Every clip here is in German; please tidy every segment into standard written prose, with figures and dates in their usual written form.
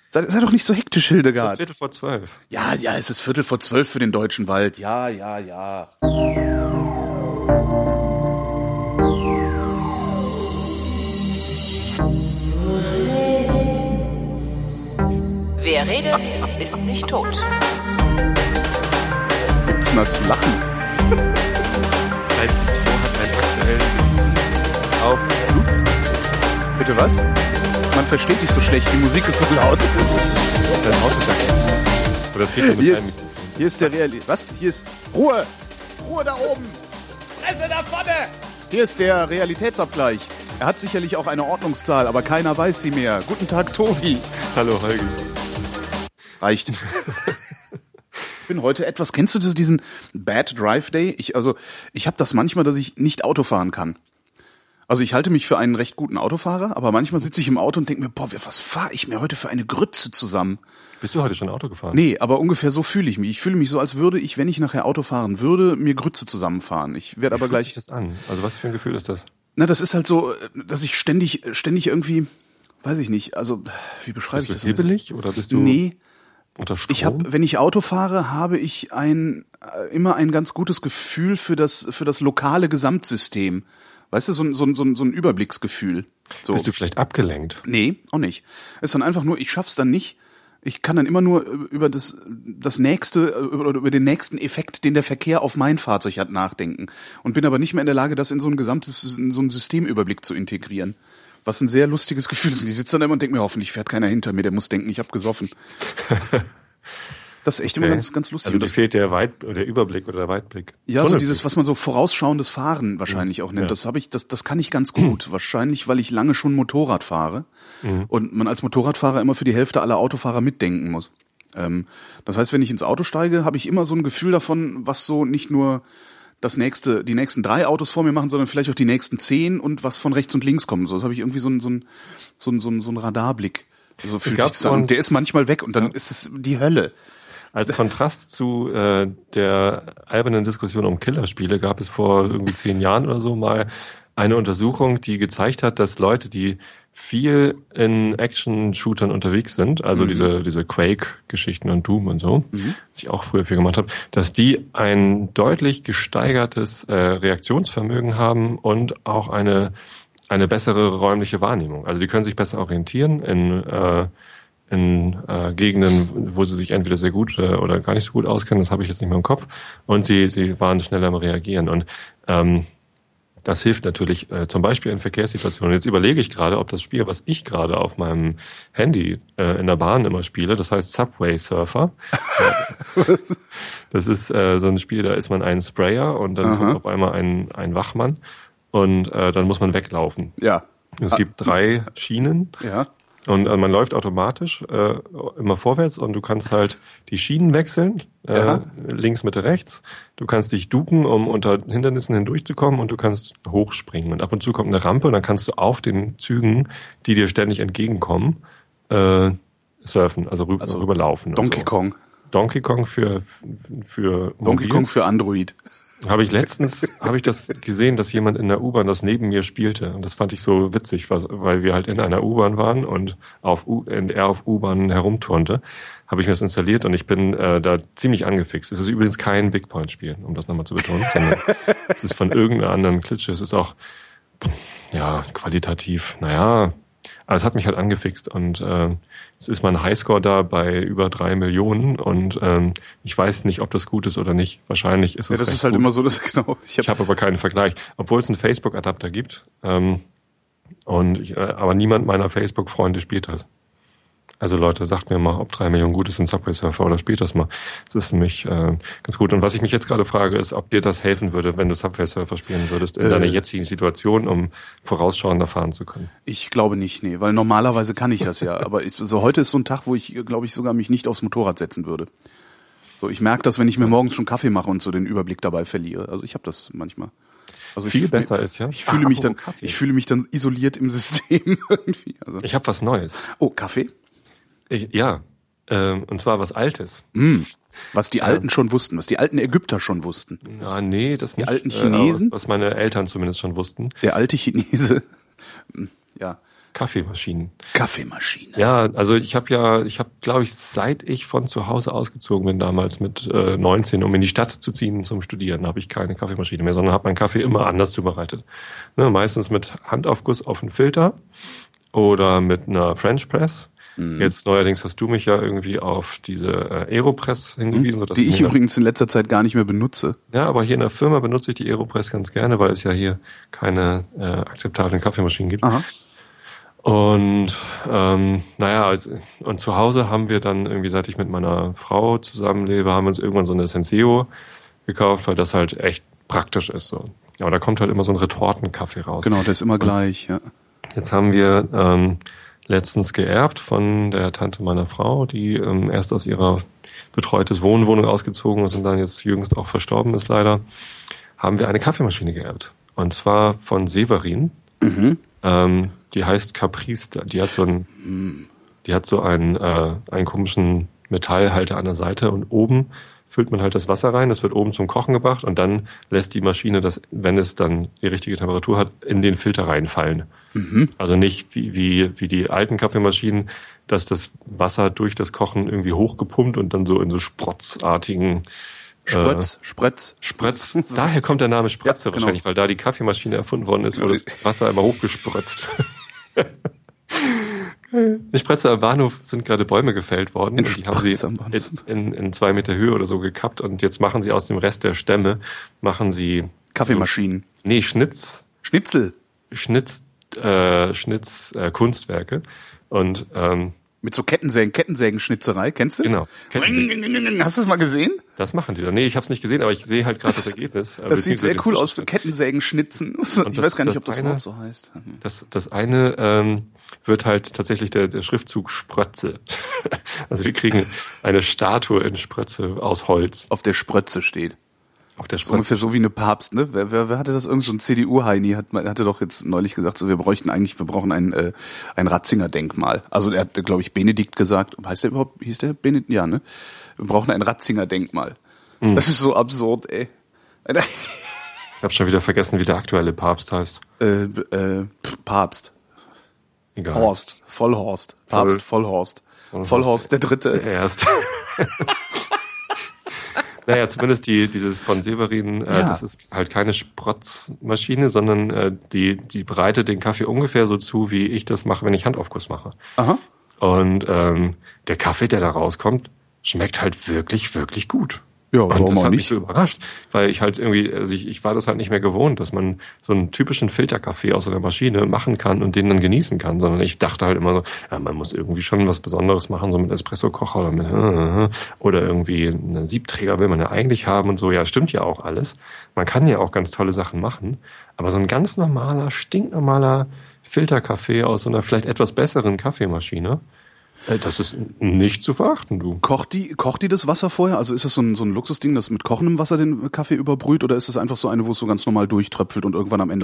Sei doch nicht so hektisch, Hildegard. Es ist 11:45. Ja, es ist 11:45 für den deutschen Wald. Ja. Wer redet, ist nicht tot. Gibt's mal zu lachen? Ein Mikro hat einen aktuellen Bezug auf Blut. Bitte was? Man versteht dich so schlecht, die Musik ist so laut. Dein Haus ist ja oder das geht nur mit einem Mikrofon. Hier ist der Was? Hier ist Ruhe! Ruhe da oben! Fresse da vorne! Hier ist der Realitätsabgleich. Er hat sicherlich auch eine Ordnungszahl, aber keiner weiß sie mehr. Guten Tag, Tobi. Hallo, Holgi. Reicht. Ich bin heute etwas, kennst du diesen Bad Drive Day? Ich habe das manchmal, dass ich nicht Auto fahren kann. Also ich halte mich für einen recht guten Autofahrer, aber manchmal sitze ich im Auto und denke mir, was fahre ich mir heute für eine Grütze zusammen? Bist du heute schon Auto gefahren? Nee, aber ungefähr so fühle ich mich. Ich fühle mich so, als würde ich, wenn ich nachher Auto fahren würde, mir Grütze zusammenfahren. Ich werde aber gleich. Wie fühlt sich das an? Also was für ein Gefühl ist das? Na, das ist halt so, dass ich ständig irgendwie, weiß ich nicht, also wie beschreibe ich das? Bist du hibbelig oder bist du unter Strom? Wenn ich Auto fahre, habe ich immer ein ganz gutes Gefühl für das lokale Gesamtsystem. Weißt du, so ein Überblicksgefühl. So. Bist du vielleicht abgelenkt? Nee, auch nicht. Es ist dann einfach nur, ich schaff's dann nicht. Ich kann dann immer nur über das nächste oder über den nächsten Effekt, den der Verkehr auf mein Fahrzeug hat, nachdenken und bin aber nicht mehr in der Lage, das in so einen Systemüberblick zu integrieren. Was ein sehr lustiges Gefühl ist. Und ich sitze dann immer und denke mir, hoffentlich fährt keiner hinter mir, der muss denken, ich habe gesoffen. Das ist echt immer ganz lustig. Also dir fehlt der Überblick oder der Weitblick. Ja, so dieses, was man so vorausschauendes Fahren wahrscheinlich auch nennt. Ja. Das kann ich ganz gut. Wahrscheinlich, weil ich lange schon Motorrad fahre. Und man als Motorradfahrer immer für die Hälfte aller Autofahrer mitdenken muss. Das heißt, wenn ich ins Auto steige, habe ich immer so ein Gefühl davon, was so nicht nur die nächsten 3 Autos vor mir machen, sondern vielleicht auch die nächsten 10 und was von rechts und links kommt. So, das habe ich irgendwie so ein Radarblick. So fühlt sich das an. Der ist manchmal weg und dann ist es die Hölle. Als Kontrast zu der albernen Diskussion um Killerspiele gab es vor irgendwie 10 Jahren oder so mal eine Untersuchung, die gezeigt hat, dass Leute, die viel in Action-Shootern unterwegs sind, also diese Quake-Geschichten und Doom und so, was ich auch früher viel gemacht habe, dass die ein deutlich gesteigertes Reaktionsvermögen haben und auch eine bessere räumliche Wahrnehmung. Also die können sich besser orientieren in Gegenden, wo sie sich entweder sehr gut oder gar nicht so gut auskennen, das habe ich jetzt nicht mehr im Kopf, und sie waren schneller im Reagieren. Und das hilft natürlich zum Beispiel in Verkehrssituationen. Jetzt überlege ich gerade, ob das Spiel, was ich gerade auf meinem Handy in der Bahn immer spiele, das heißt Subway Surfer. Das ist so ein Spiel, da ist man ein Sprayer und dann kommt auf einmal ein Wachmann und dann muss man weglaufen. Ja. Es gibt 3 Schienen. Ja. Und man läuft automatisch immer vorwärts und du kannst halt die Schienen wechseln, links, Mitte, rechts. Du kannst dich ducken, um unter Hindernissen hindurchzukommen, und du kannst hochspringen. Und ab und zu kommt eine Rampe und dann kannst du auf den Zügen, die dir ständig entgegenkommen, surfen, also rüberlaufen. Donkey Kong. Donkey Kong für Donkey Kong für Android. Habe ich das gesehen, dass jemand in der U-Bahn das neben mir spielte. Und das fand ich so witzig, weil wir halt in einer U-Bahn waren und er auf U-Bahn herumturnte. Habe ich mir das installiert und ich bin da ziemlich angefixt. Es ist übrigens kein Big Point Spiel, um das nochmal zu betonen, sondern es ist von irgendeiner anderen Klitsche. Es ist auch, qualitativ, aber es hat mich halt angefixt und es ist mein Highscore da bei über 3 Millionen und ich weiß nicht, ob das gut ist oder nicht. Wahrscheinlich ist es das ist halt gut. Immer so, dass Ich habe aber keinen Vergleich, obwohl es einen Facebook-Adapter gibt aber niemand meiner Facebook-Freunde spielt das. Also Leute, sagt mir mal, ob 3 Millionen gut ist in Subway Surfer oder spielt das mal. Das ist nämlich ganz gut. Und was ich mich jetzt gerade frage, ist, ob dir das helfen würde, wenn du Subway Surfer spielen würdest in deiner jetzigen Situation, um vorausschauender fahren zu können. Ich glaube nicht, nee, weil normalerweise kann ich das ja. Aber heute ist so ein Tag, wo ich, glaube ich, sogar mich nicht aufs Motorrad setzen würde. So, ich merke das, wenn ich mir morgens schon Kaffee mache und so den Überblick dabei verliere. Also ich habe das manchmal. Also viel besser ist, ja. Ich fühle mich dann isoliert im System irgendwie. Also. Ich habe was Neues. Oh, Kaffee? Und zwar was Altes. Was die Alten schon wussten, was die alten Ägypter schon wussten. Ja, nee, das nicht. Die alten Chinesen? Was meine Eltern zumindest schon wussten. Der alte Chinese. Ja. Kaffeemaschinen. Kaffeemaschine. Ja, also ich habe glaube ich, seit ich von zu Hause ausgezogen bin, damals mit 19, um in die Stadt zu ziehen zum Studieren, habe ich keine Kaffeemaschine mehr, sondern habe meinen Kaffee immer anders zubereitet. Ne, meistens mit Handaufguss auf einen Filter oder mit einer French Press. Jetzt neuerdings hast du mich ja irgendwie auf diese Aeropress hingewiesen. Die ich übrigens in letzter Zeit gar nicht mehr benutze. Ja, aber hier in der Firma benutze ich die Aeropress ganz gerne, weil es ja hier keine akzeptablen Kaffeemaschinen gibt. Aha. Und und zu Hause haben wir dann irgendwie, seit ich mit meiner Frau zusammenlebe, haben wir uns irgendwann so eine Senseo gekauft, weil das halt echt praktisch ist. So. Aber da kommt halt immer so ein Retortenkaffee raus. Genau, der ist immer gleich, ja. Jetzt haben wir letztens geerbt von der Tante meiner Frau, die erst aus ihrer betreutes Wohnwohnung ausgezogen ist und dann jetzt jüngst auch verstorben ist leider, haben wir eine Kaffeemaschine geerbt. Und zwar von Severin. Die heißt Caprice. Die hat so einen komischen Metallhalter an der Seite und oben füllt man halt das Wasser rein, das wird oben zum Kochen gebracht und dann lässt die Maschine das, wenn es dann die richtige Temperatur hat, in den Filter reinfallen. Also nicht wie die alten Kaffeemaschinen, dass das Wasser durch das Kochen irgendwie hochgepumpt und dann so in so sprotzartigen Spritz. Daher kommt der Name Spritze Ja, genau. wahrscheinlich, weil da die Kaffeemaschine erfunden worden ist, wo das Wasser immer hochgespritzt wird. In Spritze am Bahnhof sind gerade Bäume gefällt worden und die haben sie in 2 Meter Höhe oder so gekappt und jetzt machen sie aus dem Rest der Stämme, Kaffeemaschinen. Schnitzel. Kunstwerke und mit so Kettensägenschnitzerei, kennst du? Genau. Hast du es mal gesehen? Das machen die doch. Nee, ich habe es nicht gesehen, aber ich sehe halt gerade das Ergebnis. Das sieht sehr cool aus für Kettensägenschnitzen. Ich weiß gar nicht, ob das Wort so heißt. Das eine wird halt tatsächlich der Schriftzug Sprötze. Also wir kriegen eine Statue in Sprötze aus Holz. Auf der Sprötze steht. Auf der Sprötze. Ungefähr so wie eine Papst, ne? Wer hatte das? Irgend so ein CDU-Heini hatte doch jetzt neulich gesagt, so wir brauchen ein Ratzinger-Denkmal. Also er hat, glaube ich, Benedikt gesagt. Hieß der Benedikt? Ja, ne? Wir brauchen ein Ratzinger-Denkmal. Das ist so absurd, ey. Ich habe schon wieder vergessen, wie der aktuelle Papst heißt. Papst. Egal. Horst. Vollhorst. Papst Vollhorst. Vollhorst der Dritte. Der Erste. Naja, zumindest diese von Severin, das ist halt keine Sprotzmaschine, sondern die bereitet den Kaffee ungefähr so zu, wie ich das mache, wenn ich Handaufguss mache. Aha. Und der Kaffee, der da rauskommt, schmeckt halt wirklich, wirklich gut. Ja, und warum das auch hat mich nicht? so überrascht, weil ich halt irgendwie, also ich war das halt nicht mehr gewohnt, dass man so einen typischen Filterkaffee aus einer Maschine machen kann und den dann genießen kann, sondern ich dachte halt immer so, ja, man muss irgendwie schon was Besonderes machen, so mit Espresso-Kocher oder irgendwie einen Siebträger will man ja eigentlich haben und so. Ja, stimmt ja auch alles. Man kann ja auch ganz tolle Sachen machen, aber so ein ganz normaler, stinknormaler Filterkaffee aus so einer vielleicht etwas besseren Kaffeemaschine, das ist nicht zu verachten, du. Kocht die das Wasser vorher? Also ist das so ein Luxusding, das mit kochendem Wasser den Kaffee überbrüht, oder ist es einfach so eine, wo es so ganz normal durchtröpfelt und irgendwann am Ende...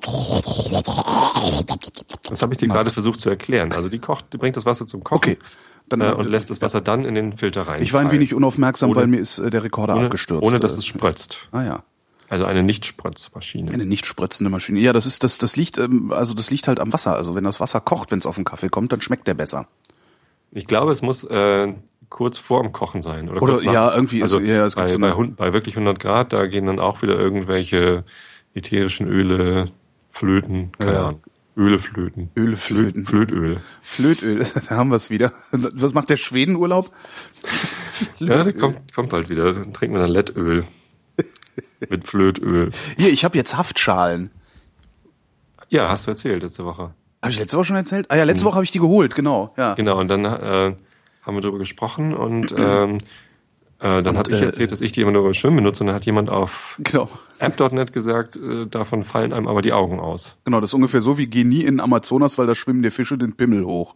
Das habe ich dir gerade versucht zu erklären. Also die bringt das Wasser zum Kochen. Okay. Und lässt das Wasser dann in den Filter rein. Ich war ein wenig unaufmerksam, weil mir ist der Rekorder abgestürzt. Ohne dass es spritzt. Ah ja. Also eine Nicht-Spritzmaschine. Eine nicht spritzende Maschine. Ja, das liegt halt am Wasser. Also wenn das Wasser kocht, wenn es auf den Kaffee kommt, dann schmeckt der besser. Ich glaube, es muss kurz vor dem Kochen sein. Oder kurz ja, irgendwie also ist es gibt bei wirklich 100 Grad, da gehen dann auch wieder irgendwelche ätherischen Öle flöten. Keine Ahnung. Flöten. Flötöl. Flötöl, da haben wir es wieder. Was macht der Schwedenurlaub? Ja, der kommt bald wieder. Dann trinken wir dann Lettöl. Mit Flötöl. Hier, ich habe jetzt Haftschalen. Ja, hast du erzählt letzte Woche. Habe ich letzte Woche schon erzählt? Ah ja, letzte Woche habe ich die geholt, genau. Ja. Genau, und dann haben wir darüber gesprochen und dann habe ich erzählt, dass ich die immer nur beim Schwimmen benutze und dann hat jemand auf app.net gesagt, davon fallen einem aber die Augen aus. Genau, das ist ungefähr so wie geh nie in den Amazonas, weil da schwimmen dir Fische den Pimmel hoch.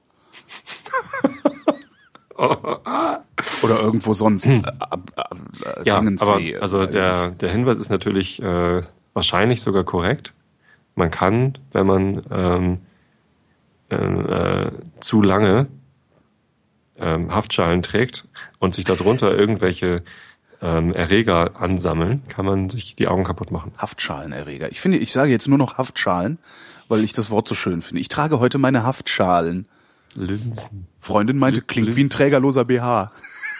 Oder irgendwo sonst. Ja, aber also der Hinweis ist natürlich wahrscheinlich sogar korrekt. Man kann, wenn man zu lange Haftschalen trägt und sich darunter irgendwelche Erreger ansammeln, kann man sich die Augen kaputt machen. Haftschalenерreger. Ich sage jetzt nur noch Haftschalen, weil ich das Wort so schön finde. Ich trage heute meine Haftschalen. Linsen. Freundin meinte, klingt Linsen. wie ein trägerloser BH.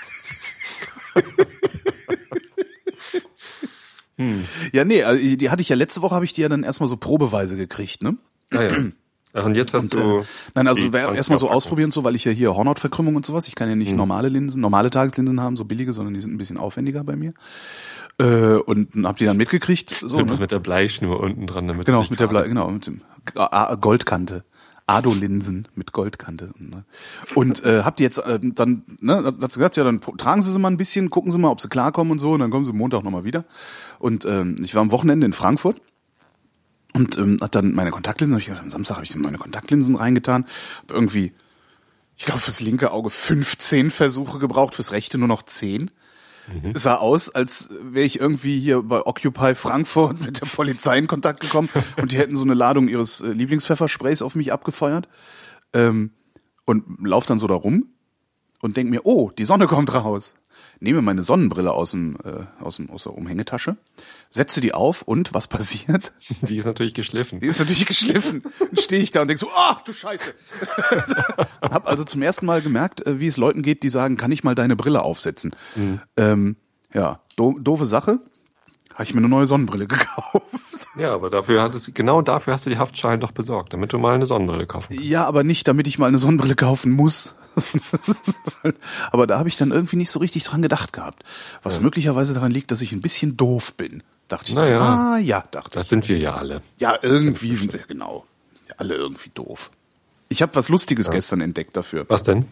Ja, nee, also die hatte ich ja letzte Woche, habe ich die ja dann erstmal so probeweise gekriegt, ne? Ah, ja. Ach, und jetzt hast du... Nein, also erstmal so ausprobieren und so, weil ich ja hier Hornhautverkrümmung und sowas, ich kann ja nicht normale Tageslinsen haben, so billige, sondern die sind ein bisschen aufwendiger bei mir. Und hab die dann mitgekriegt. So, das mit der Bleischnur unten dran, damit genau, mit der mit dem Goldkante. Ado-Linsen mit Goldkante. Und hab die jetzt dann, ne, hat sie gesagt, ja, dann tragen Sie mal ein bisschen, gucken Sie mal, ob Sie klarkommen und so, und dann kommen Sie Montag nochmal wieder. Und ich war am Wochenende in Frankfurt und hat dann meine Kontaktlinsen, am Samstag habe ich meine Kontaktlinsen reingetan, hab irgendwie, ich glaube, fürs linke Auge 15 Versuche gebraucht, fürs rechte nur noch 10. Sah aus, als wäre ich irgendwie hier bei Occupy Frankfurt mit der Polizei in Kontakt gekommen und die hätten so eine Ladung ihres Lieblingspfeffersprays auf mich abgefeuert, und lauf dann so da rum und denk mir, oh, die Sonne kommt raus. Nehme meine Sonnenbrille aus der Umhängetasche, setze die auf und was passiert? Die ist natürlich geschliffen. Dann stehe ich da und denk so, ah, du Scheiße. Hab also zum ersten Mal gemerkt, wie es Leuten geht, die sagen, kann ich mal deine Brille aufsetzen? Ja, doofe Sache. Habe ich mir eine neue Sonnenbrille gekauft. Ja, aber genau dafür hast du die Haftschalen doch besorgt, damit du mal eine Sonnenbrille kaufen kannst. Ja, aber nicht, damit ich mal eine Sonnenbrille kaufen muss. Aber da habe ich dann irgendwie nicht so richtig dran gedacht gehabt. Was möglicherweise daran liegt, dass ich ein bisschen doof bin. Dachte ich dann, Das sind wir ja alle. Ja, irgendwie sind wir, genau. Ja, alle irgendwie doof. Ich habe was Lustiges gestern entdeckt dafür. Was denn?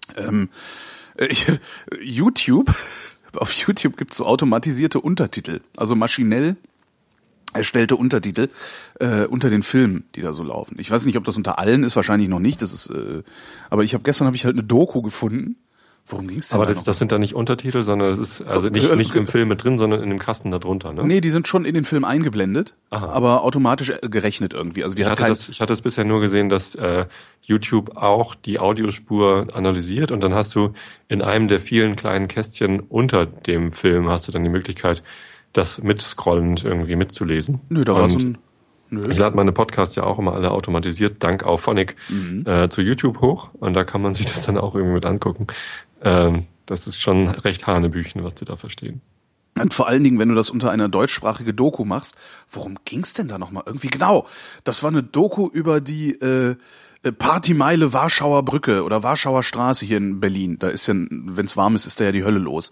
YouTube. Auf YouTube gibt's so automatisierte Untertitel, also maschinell erstellte Untertitel unter den Filmen, die da so laufen. Ich weiß nicht, ob das unter allen ist, wahrscheinlich noch nicht. Das ist, aber gestern habe ich halt eine Doku gefunden. Worum ging's denn? Aber das sind da nicht Untertitel, sondern das ist also nicht im Film mit drin, sondern in dem Kasten da drunter, ne? Nee, die sind schon in den Film eingeblendet, aber automatisch gerechnet irgendwie. Also ich hatte es bisher nur gesehen, dass YouTube auch die Audiospur analysiert und dann hast du in einem der vielen kleinen Kästchen unter dem Film hast du dann die Möglichkeit, das mitscrollend irgendwie mitzulesen. Nö, da war so ein... Ich lade meine Podcasts ja auch immer alle automatisiert, dank Auphonic, zu YouTube hoch und da kann man sich das dann auch irgendwie mit angucken. Das ist schon recht Hanebüchen, was die da verstehen. Und vor allen Dingen, wenn du das unter einer deutschsprachige Doku machst, worum ging's denn da nochmal? Irgendwie genau, das war eine Doku über die Partymeile Warschauer Brücke oder Warschauer Straße hier in Berlin. Da ist ja, wenn's warm ist, ist da ja die Hölle los.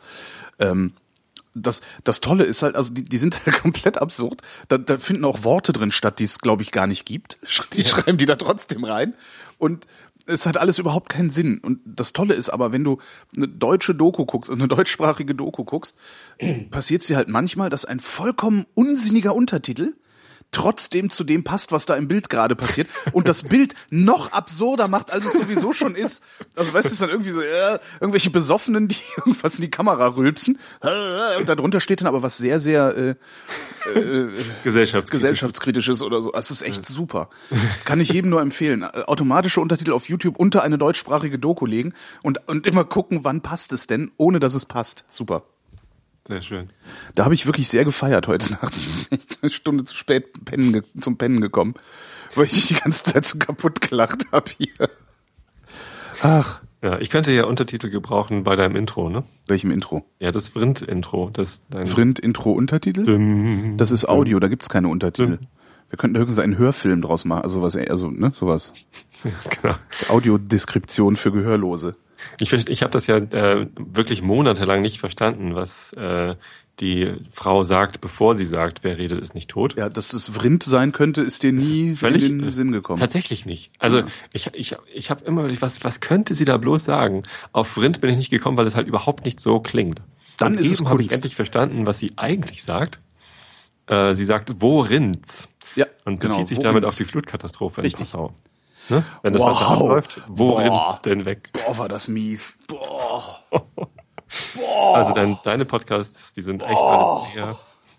Das Tolle ist halt, also die sind halt komplett absurd. Da finden auch Worte drin statt, die es, glaube ich, gar nicht gibt. Die schreiben die da trotzdem rein. Und es hat alles überhaupt keinen Sinn. Und das Tolle ist aber, wenn du eine deutsche Doku guckst, eine deutschsprachige Doku guckst, passiert es dir halt manchmal, dass ein vollkommen unsinniger Untertitel trotzdem zu dem passt, was da im Bild gerade passiert und das Bild noch absurder macht, als es sowieso schon ist. Also weißt du, es ist dann irgendwie so, irgendwelche Besoffenen, die irgendwas in die Kamera rülpsen und darunter steht dann aber was sehr, sehr gesellschaftskritisches oder so. Es ist echt super. Kann ich jedem nur empfehlen. Automatische Untertitel auf YouTube unter eine deutschsprachige Doku legen und immer gucken, wann passt es denn, ohne dass es passt. Super. Sehr schön. Da habe ich wirklich sehr gefeiert heute Nacht. Ich bin echt eine Stunde zu spät zum Pennen gekommen, weil ich die ganze Zeit so kaputt gelacht habe hier. Ach. Ja, ich könnte ja Untertitel gebrauchen bei deinem Intro, ne? Welchem Intro? Ja, das Vrind-Intro. Vrind-Intro-Untertitel? Das ist Audio, da gibt's keine Untertitel. Wir könnten höchstens einen Hörfilm draus machen, also sowas. Ja, genau. Audiodeskription für Gehörlose. Ich habe das ja wirklich monatelang nicht verstanden, was die Frau sagt, bevor sie sagt, wer redet, ist nicht tot. Ja, dass das Vrind sein könnte, ist dir nie in den Sinn gekommen. Tatsächlich nicht. Also ich habe immer überlegt, was könnte sie da bloß sagen? Auf Vrind bin ich nicht gekommen, weil es halt überhaupt nicht so klingt. Dann ist es Kunst. Habe ich endlich verstanden, was sie eigentlich sagt. Sie sagt, wo rind's? Ja, und bezieht sich damit auf die Flutkatastrophe in Passau. Ne? Wenn das Wasser abläuft, wo rinnt's denn weg? Boah, war das mies. Boah. Also deine Podcasts, die sind echt alle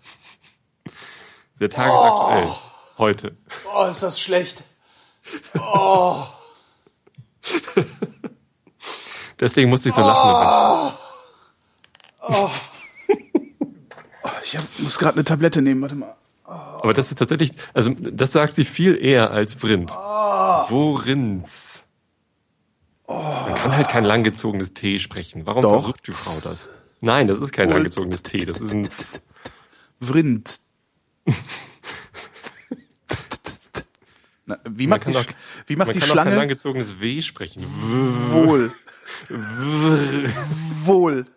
sehr tagesaktuell. Heute. Oh, ist das schlecht. Oh. Deswegen musste ich so lachen. Ich muss gerade eine Tablette nehmen, warte mal. Aber das ist tatsächlich, also das sagt sie viel eher als Vrind. Vorins. Man kann halt kein langgezogenes T sprechen. Warum versucht die Frau das? Nein, das ist kein langgezogenes T, das ist ein Vrind. Na, wie macht die Schlange? Man kann auch kein langgezogenes W sprechen. Wohl. Wohl.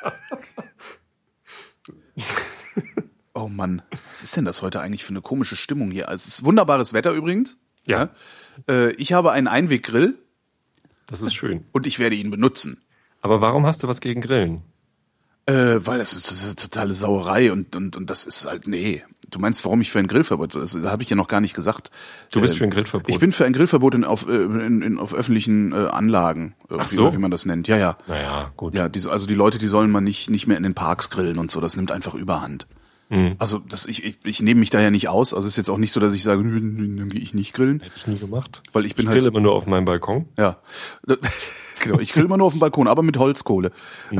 Oh Mann, was ist denn das heute eigentlich für eine komische Stimmung hier? Also es ist wunderbares Wetter übrigens. Ja. Ich habe einen Einweggrill. Das ist schön. Und ich werde ihn benutzen. Aber warum hast du was gegen Grillen? Weil das ist eine totale Sauerei und das ist halt, nee. Du meinst, warum ich für ein Grillverbot? Das habe ich ja noch gar nicht gesagt. Du bist für ein Grillverbot? Ich bin für ein Grillverbot auf öffentlichen Anlagen, ach so? Wie man das nennt. Ja. Naja, gut. Ja, also die Leute, die sollen mal nicht mehr in den Parks grillen und so. Das nimmt einfach Überhand. Also ich nehme mich da ja nicht aus. Also es ist jetzt auch nicht so, dass ich sage, dann gehe ich nicht grillen. Hätte ich nie gemacht. Weil ich grill immer nur auf meinem Balkon. Ja, genau. Ich grill immer nur auf dem Balkon, aber mit Holzkohle.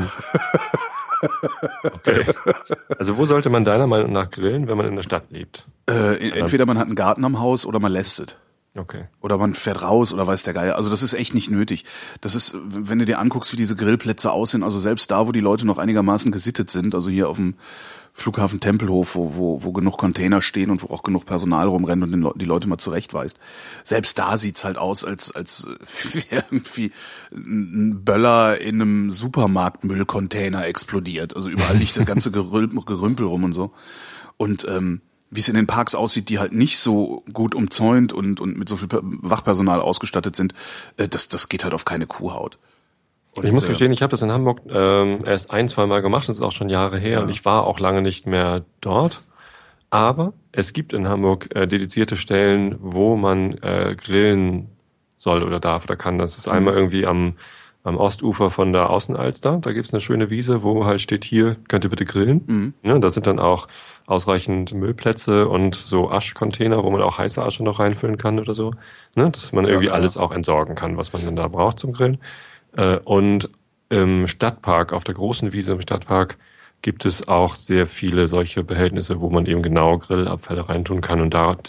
Okay. Also wo sollte man deiner Meinung nach grillen, wenn man in der Stadt lebt? Entweder man hat einen Garten am Haus oder man lästet. Okay. Oder man fährt raus oder weiß der Geier. Also das ist echt nicht nötig. Das ist, wenn du dir anguckst, wie diese Grillplätze aussehen, also selbst da, wo die Leute noch einigermaßen gesittet sind, also hier auf dem Flughafen Tempelhof, wo genug Container stehen und wo auch genug Personal rumrennt und die Leute mal zurechtweist. Selbst da sieht's halt aus, als irgendwie ein Böller in einem Supermarktmüllcontainer explodiert. Also überall liegt das ganze Gerümpel rum und so. Und wie es in den Parks aussieht, die halt nicht so gut umzäunt und mit so viel Wachpersonal ausgestattet sind, das geht halt auf keine Kuhhaut. Und ich muss gestehen, ich habe das in Hamburg erst 1-2 Mal gemacht, das ist auch schon Jahre her und ich war auch lange nicht mehr dort. Aber es gibt in Hamburg dedizierte Stellen, wo man grillen soll oder darf oder kann. Das ist einmal irgendwie am Ostufer von der Außenalster. Da gibt's eine schöne Wiese, wo halt steht, hier könnt ihr bitte grillen. Ja, da sind dann auch ausreichend Müllplätze und so Aschcontainer, wo man auch heiße Asche noch reinfüllen kann oder so. Ne, dass man irgendwie alles auch entsorgen kann, was man dann da braucht zum Grillen. Und im Stadtpark, auf der großen Wiese im Stadtpark, gibt es auch sehr viele solche Behältnisse, wo man eben genau Grillabfälle reintun kann. Und da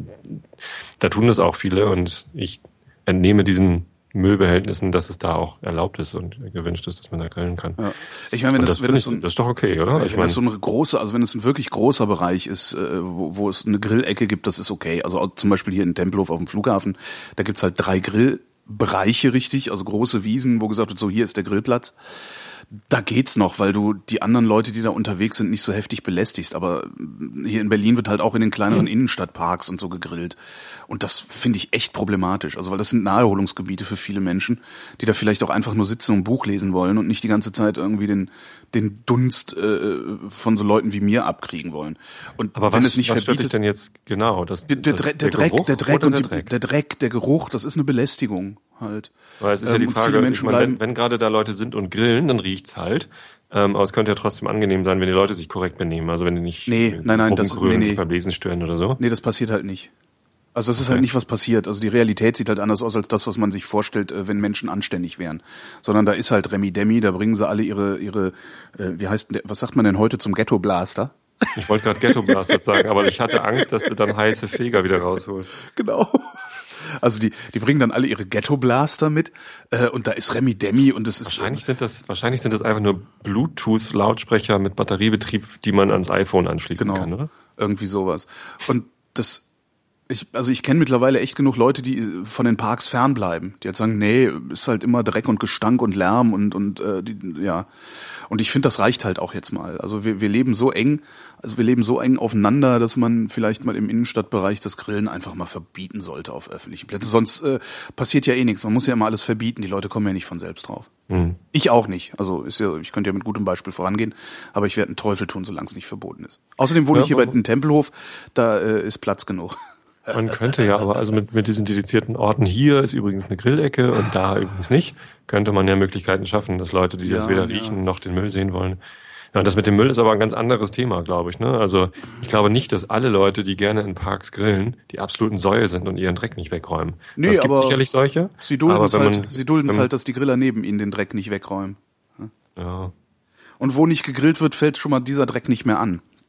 tun das auch viele. Und ich entnehme diesen Müllbehältnissen, dass es da auch erlaubt ist und gewünscht ist, dass man da grillen kann. Ja. Ich meine, das ist doch okay, oder? Wenn es so eine große, also wenn es ein wirklich großer Bereich ist, wo es eine Grillecke gibt, das ist okay. Also zum Beispiel hier in Tempelhof auf dem Flughafen, da gibt's halt 3 Grillbereiche, richtig, also große Wiesen, wo gesagt wird, so hier ist der Grillplatz. Da geht's noch, weil du die anderen Leute, die da unterwegs sind, nicht so heftig belästigst. Aber hier in Berlin wird halt auch in den kleineren Innenstadtparks und so gegrillt. Und das finde ich echt problematisch. Also weil das sind Naherholungsgebiete für viele Menschen, die da vielleicht auch einfach nur sitzen und ein Buch lesen wollen und nicht die ganze Zeit irgendwie den Dunst von so Leuten wie mir abkriegen wollen. Und aber wenn es nicht was verbietet, stört dich denn jetzt genau? Der Dreck, der Geruch, das ist eine Belästigung halt. Weil es ist ja die Frage, wenn gerade da Leute sind und grillen, dann riecht's halt. Aber es könnte ja trotzdem angenehm sein, wenn die Leute sich korrekt benehmen. Also wenn die nicht nicht beim Lesen stören oder so. Nee, das passiert halt nicht. Also das ist halt nicht, was passiert. Also die Realität sieht halt anders aus als das, was man sich vorstellt, wenn Menschen anständig wären. Sondern da ist halt Remi Demi, da bringen sie alle ihre wie heißt denn was sagt man denn heute zum Ghetto Blaster? Ich wollte gerade Ghetto Blaster sagen, aber ich hatte Angst, dass du dann heiße Feger wieder rausholst. Genau. Also die bringen dann alle ihre Ghetto Blaster mit und da ist Remi Demi und es ist wahrscheinlich sind das einfach nur Bluetooth Lautsprecher mit Batteriebetrieb, die man ans iPhone anschließen kann, oder? Irgendwie sowas. Und ich kenne mittlerweile echt genug Leute, die von den Parks fernbleiben. Die halt sagen, nee, ist halt immer Dreck und Gestank und Lärm und ich finde, das reicht halt auch jetzt mal. Also wir leben so eng aufeinander, dass man vielleicht mal im Innenstadtbereich das Grillen einfach mal verbieten sollte auf öffentlichen Plätzen. Sonst passiert ja eh nichts. Man muss ja immer alles verbieten. Die Leute kommen ja nicht von selbst drauf. Ich auch nicht. Also ich könnte ja mit gutem Beispiel vorangehen, aber ich werde einen Teufel tun, solange es nicht verboten ist. Außerdem wohne ich hier bei dem Tempelhof, da ist Platz genug. Man könnte ja, aber also mit diesen dedizierten Orten, hier ist übrigens eine Grillecke und da übrigens nicht, könnte man ja Möglichkeiten schaffen, dass Leute, die das weder riechen noch den Müll sehen wollen. Ja, und das mit dem Müll ist aber ein ganz anderes Thema, glaube ich. Ne? Also ich glaube nicht, dass alle Leute, die gerne in Parks grillen, die absoluten Säue sind und ihren Dreck nicht wegräumen. Nee, es gibt sicherlich solche. Sie dulden es halt, dass die Griller neben ihnen den Dreck nicht wegräumen. Ja. Und wo nicht gegrillt wird, fällt schon mal dieser Dreck nicht mehr an.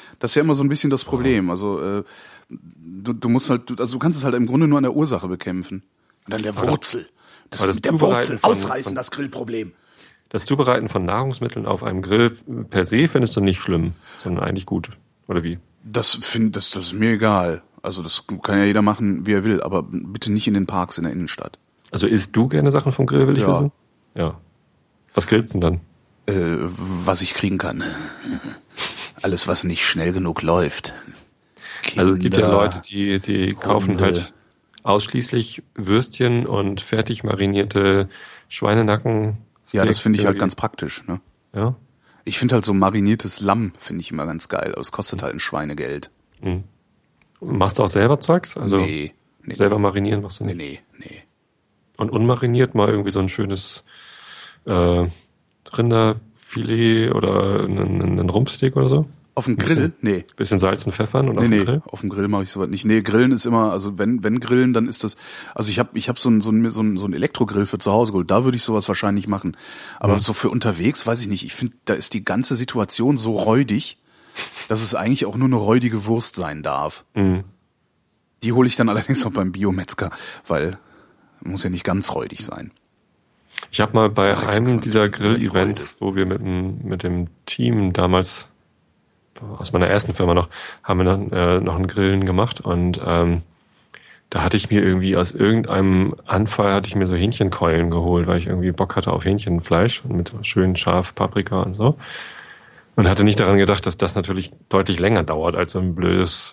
Das ist ja immer so ein bisschen das Problem. Also du musst halt, also du kannst es halt im Grunde nur an der Ursache bekämpfen. Und an der Wurzel. Das mit der Wurzel ausreißen, das Grillproblem. Das Zubereiten von Nahrungsmitteln auf einem Grill per se findest du nicht schlimm, sondern eigentlich gut. Oder wie? Das ist mir egal. Also das kann ja jeder machen, wie er will, aber bitte nicht in den Parks in der Innenstadt. Also isst du gerne Sachen vom Grill, will ich wissen? Ja. Was grillst du denn dann? Was ich kriegen kann. Alles, was nicht schnell genug läuft. Kinder, also es gibt ja Leute, die kaufen halt ausschließlich Würstchen und fertig marinierte Schweinenacken. Ja, das finde ich halt ganz praktisch. Ne? Ja. Ich finde halt so mariniertes Lamm finde ich immer ganz geil. Aber es kostet halt ein Schweinegeld. Mhm. Machst du auch selber Zeugs? Also nee, selber marinieren machst du nicht? Nee. Und unmariniert mal irgendwie so ein schönes Rinderfilet oder einen Rumpsteak oder so? Auf dem Grill? Nee. Bisschen Salz und Pfeffern und auf dem Grill? Auf dem Grill mache ich sowas nicht. Nee, Grillen ist immer, also wenn Grillen, dann ist das, also ich hab so ein Elektrogrill für zu Hause geholt, da würde ich sowas wahrscheinlich machen. Aber so für unterwegs, weiß ich nicht, ich finde, da ist die ganze Situation so räudig, dass es eigentlich auch nur eine räudige Wurst sein darf. Mhm. Die hole ich dann allerdings auch beim Biometzger, weil muss ja nicht ganz räudig sein. Ich habe mal bei einem dieser Grill-Events, wo wir mit dem Team damals aus meiner ersten Firma haben wir noch einen Grillen gemacht und da hatte ich mir irgendwie aus irgendeinem Anfall hatte ich mir so Hähnchenkeulen geholt, weil ich irgendwie Bock hatte auf Hähnchenfleisch und mit schön scharf Paprika und so. Und hatte nicht daran gedacht, dass das natürlich deutlich länger dauert, als so ein blödes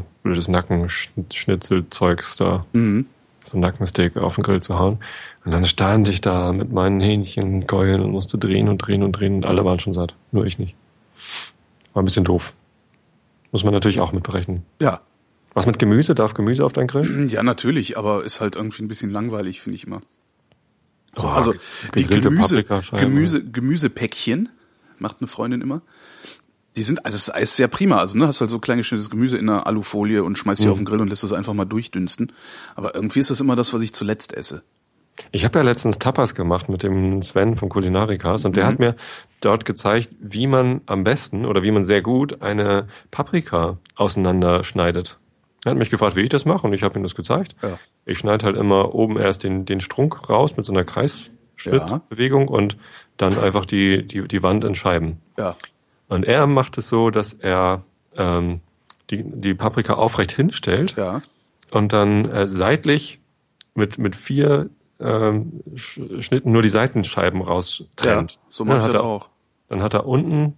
Nackenschnitzelzeugs da. Mhm. So ein Nackensteak auf den Grill zu hauen. Und dann stand ich da mit meinen Hähnchenkeulen und musste drehen und alle waren schon satt. Nur ich nicht. War ein bisschen doof. Muss man natürlich auch mitberechnen. Ja. Was mit Gemüse? Darf Gemüse auf deinen Grill? Ja, natürlich, aber ist halt irgendwie ein bisschen langweilig, finde ich immer. So, also die Gemüsepäckchen macht eine Freundin immer. Die sind, also das ist sehr prima. Also, ne, hast halt so klein geschnittenes Gemüse in einer Alufolie und schmeißt die auf den Grill und lässt es einfach mal durchdünsten. Aber irgendwie ist das immer das, was ich zuletzt esse. Ich habe ja letztens Tapas gemacht mit dem Sven von Kulinarikas und der hat mir dort gezeigt, wie man am besten oder wie man sehr gut eine Paprika auseinanderschneidet. Er hat mich gefragt, wie ich das mache und ich habe ihm das gezeigt. Ja. Ich schneide halt immer oben erst den Strunk raus mit so einer Kreisschnittbewegung und dann einfach die Wand in Scheiben. Ja. Und er macht es so, dass er die Paprika aufrecht hinstellt und dann seitlich mit 4 Schnitten nur die Seitenscheiben raustrennt. Ja, so macht er das auch. Dann hat er unten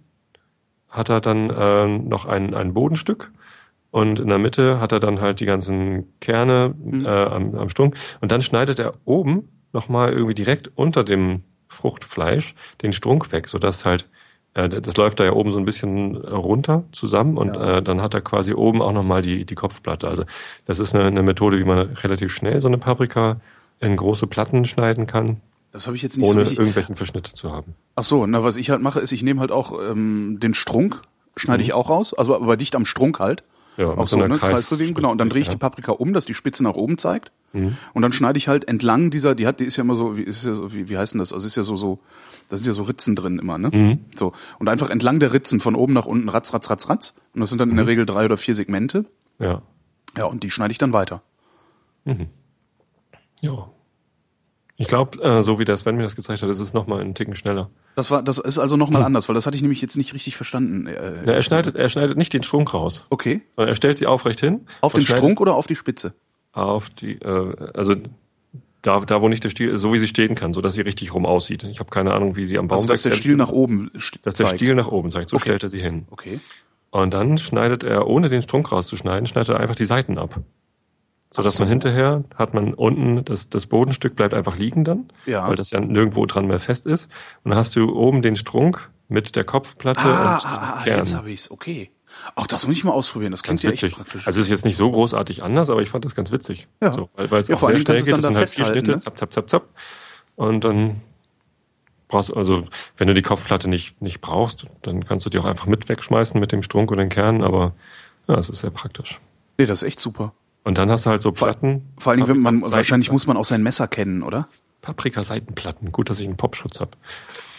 noch ein Bodenstück und in der Mitte hat er dann halt die ganzen Kerne am Strunk und dann schneidet er oben nochmal irgendwie direkt unter dem Fruchtfleisch den Strunk weg, sodass halt das läuft da ja oben so ein bisschen runter zusammen und dann hat er quasi oben auch nochmal die Kopfplatte. Also das ist eine Methode, wie man relativ schnell so eine Paprika in große Platten schneiden kann. Das habe ich jetzt nicht ohne so richtig irgendwelchen Verschnitte zu haben. Ach so, na was ich halt mache, ist, ich nehme halt auch den Strunk, schneide ich auch raus, also aber dicht am Strunk halt. Ja, auch so, ne? Kreisbewegung, genau. Und dann drehe ich die Paprika um, dass die Spitze nach oben zeigt. Mhm. Und dann schneide ich halt entlang dieser, die ist ja immer so, wie heißt denn das? Also ist ja so, da sind ja so Ritzen drin immer, ne? Mhm. So. Und einfach entlang der Ritzen von oben nach unten ratz. Und das sind dann in der Regel 3 oder 4 Segmente. Ja. Ja, und die schneide ich dann weiter. Mhm. Ja. Ich glaube, so wie der Sven mir das gezeigt hat, ist es nochmal einen Ticken schneller. Das ist also nochmal anders, weil das hatte ich nämlich jetzt nicht richtig verstanden. Ja, er schneidet nicht den Strunk raus. Okay. Sondern er stellt sie aufrecht hin. Auf den Strunk oder auf die Spitze? Auf die, also da wo nicht der Stiel, so wie sie stehen kann, so dass sie richtig rum aussieht. Ich habe keine Ahnung, wie sie am Baum also, dass der Stiel nach oben zeigt. Dass der Stiel nach oben zeigt, so stellt er sie hin. Okay. Und dann schneidet er, ohne den Strunk rauszuschneiden, schneidet er einfach die Seiten ab. Sodass man hinterher hat man unten, das Bodenstück bleibt einfach liegen dann, weil das ja nirgendwo dran mehr fest ist. Und dann hast du oben den Strunk mit der Kopfplatte und den Kern. Jetzt habe ich's, okay. Ach, das muss ich mal ausprobieren, das klingt ja echt praktisch. Also es ist jetzt nicht so großartig anders, aber ich fand das ganz witzig. Ja. So, weil es auch sehr schnell geht, das sind halt 4 Schnitte, zapp. Und dann brauchst also, wenn du die Kopfplatte nicht brauchst, dann kannst du die auch einfach mit wegschmeißen mit dem Strunk und den Kern, aber ja, es ist sehr praktisch. Nee, das ist echt super. Und dann hast du halt so Platten. Vor allen Dingen, wahrscheinlich muss man auch sein Messer kennen, oder? Paprika-Seitenplatten. Gut, dass ich einen Popschutz habe.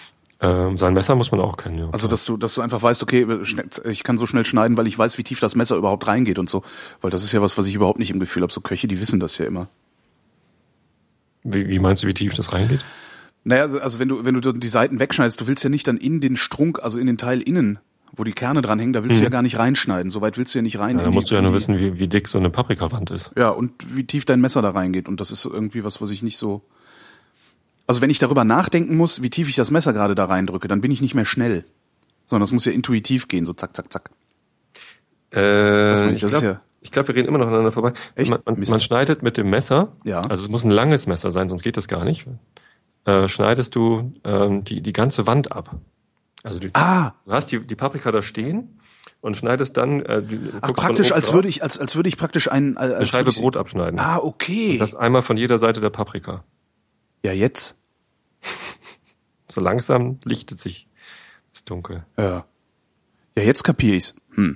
Sein Messer muss man auch kennen, ja. Also dass du einfach weißt, okay, ich kann so schnell schneiden, weil ich weiß, wie tief das Messer überhaupt reingeht und so. Weil das ist ja was ich überhaupt nicht im Gefühl habe. So Köche, die wissen das ja immer. Wie meinst du, wie tief das reingeht? Naja, also wenn du die Seiten wegschneidest, du willst ja nicht dann in den Strunk, also in den Teil innen, wo die Kerne dran hängen, da willst du ja gar nicht reinschneiden. So weit willst du ja nicht rein. Ja, da musst du ja nur wissen, wie dick so eine Paprikawand ist. Ja, und wie tief dein Messer da reingeht. Und das ist irgendwie was ich nicht so... Also wenn ich darüber nachdenken muss, wie tief ich das Messer gerade da reindrücke, dann bin ich nicht mehr schnell. Sondern das muss ja intuitiv gehen, so zack, zack, zack. Ich glaube, wir reden immer noch aneinander vorbei. Echt? Man schneidet mit dem Messer, ja. Also es muss ein langes Messer sein, sonst geht das gar nicht. Schneidest du die ganze Wand ab. Also du hast die Paprika da stehen und schneidest dann praktisch, als würde ich praktisch eine Scheibe Brot abschneiden. Okay. Und das einmal von jeder Seite der Paprika. Ja, jetzt? So langsam lichtet sich das Dunkel. Ja. Ja, jetzt kapier ich's. Und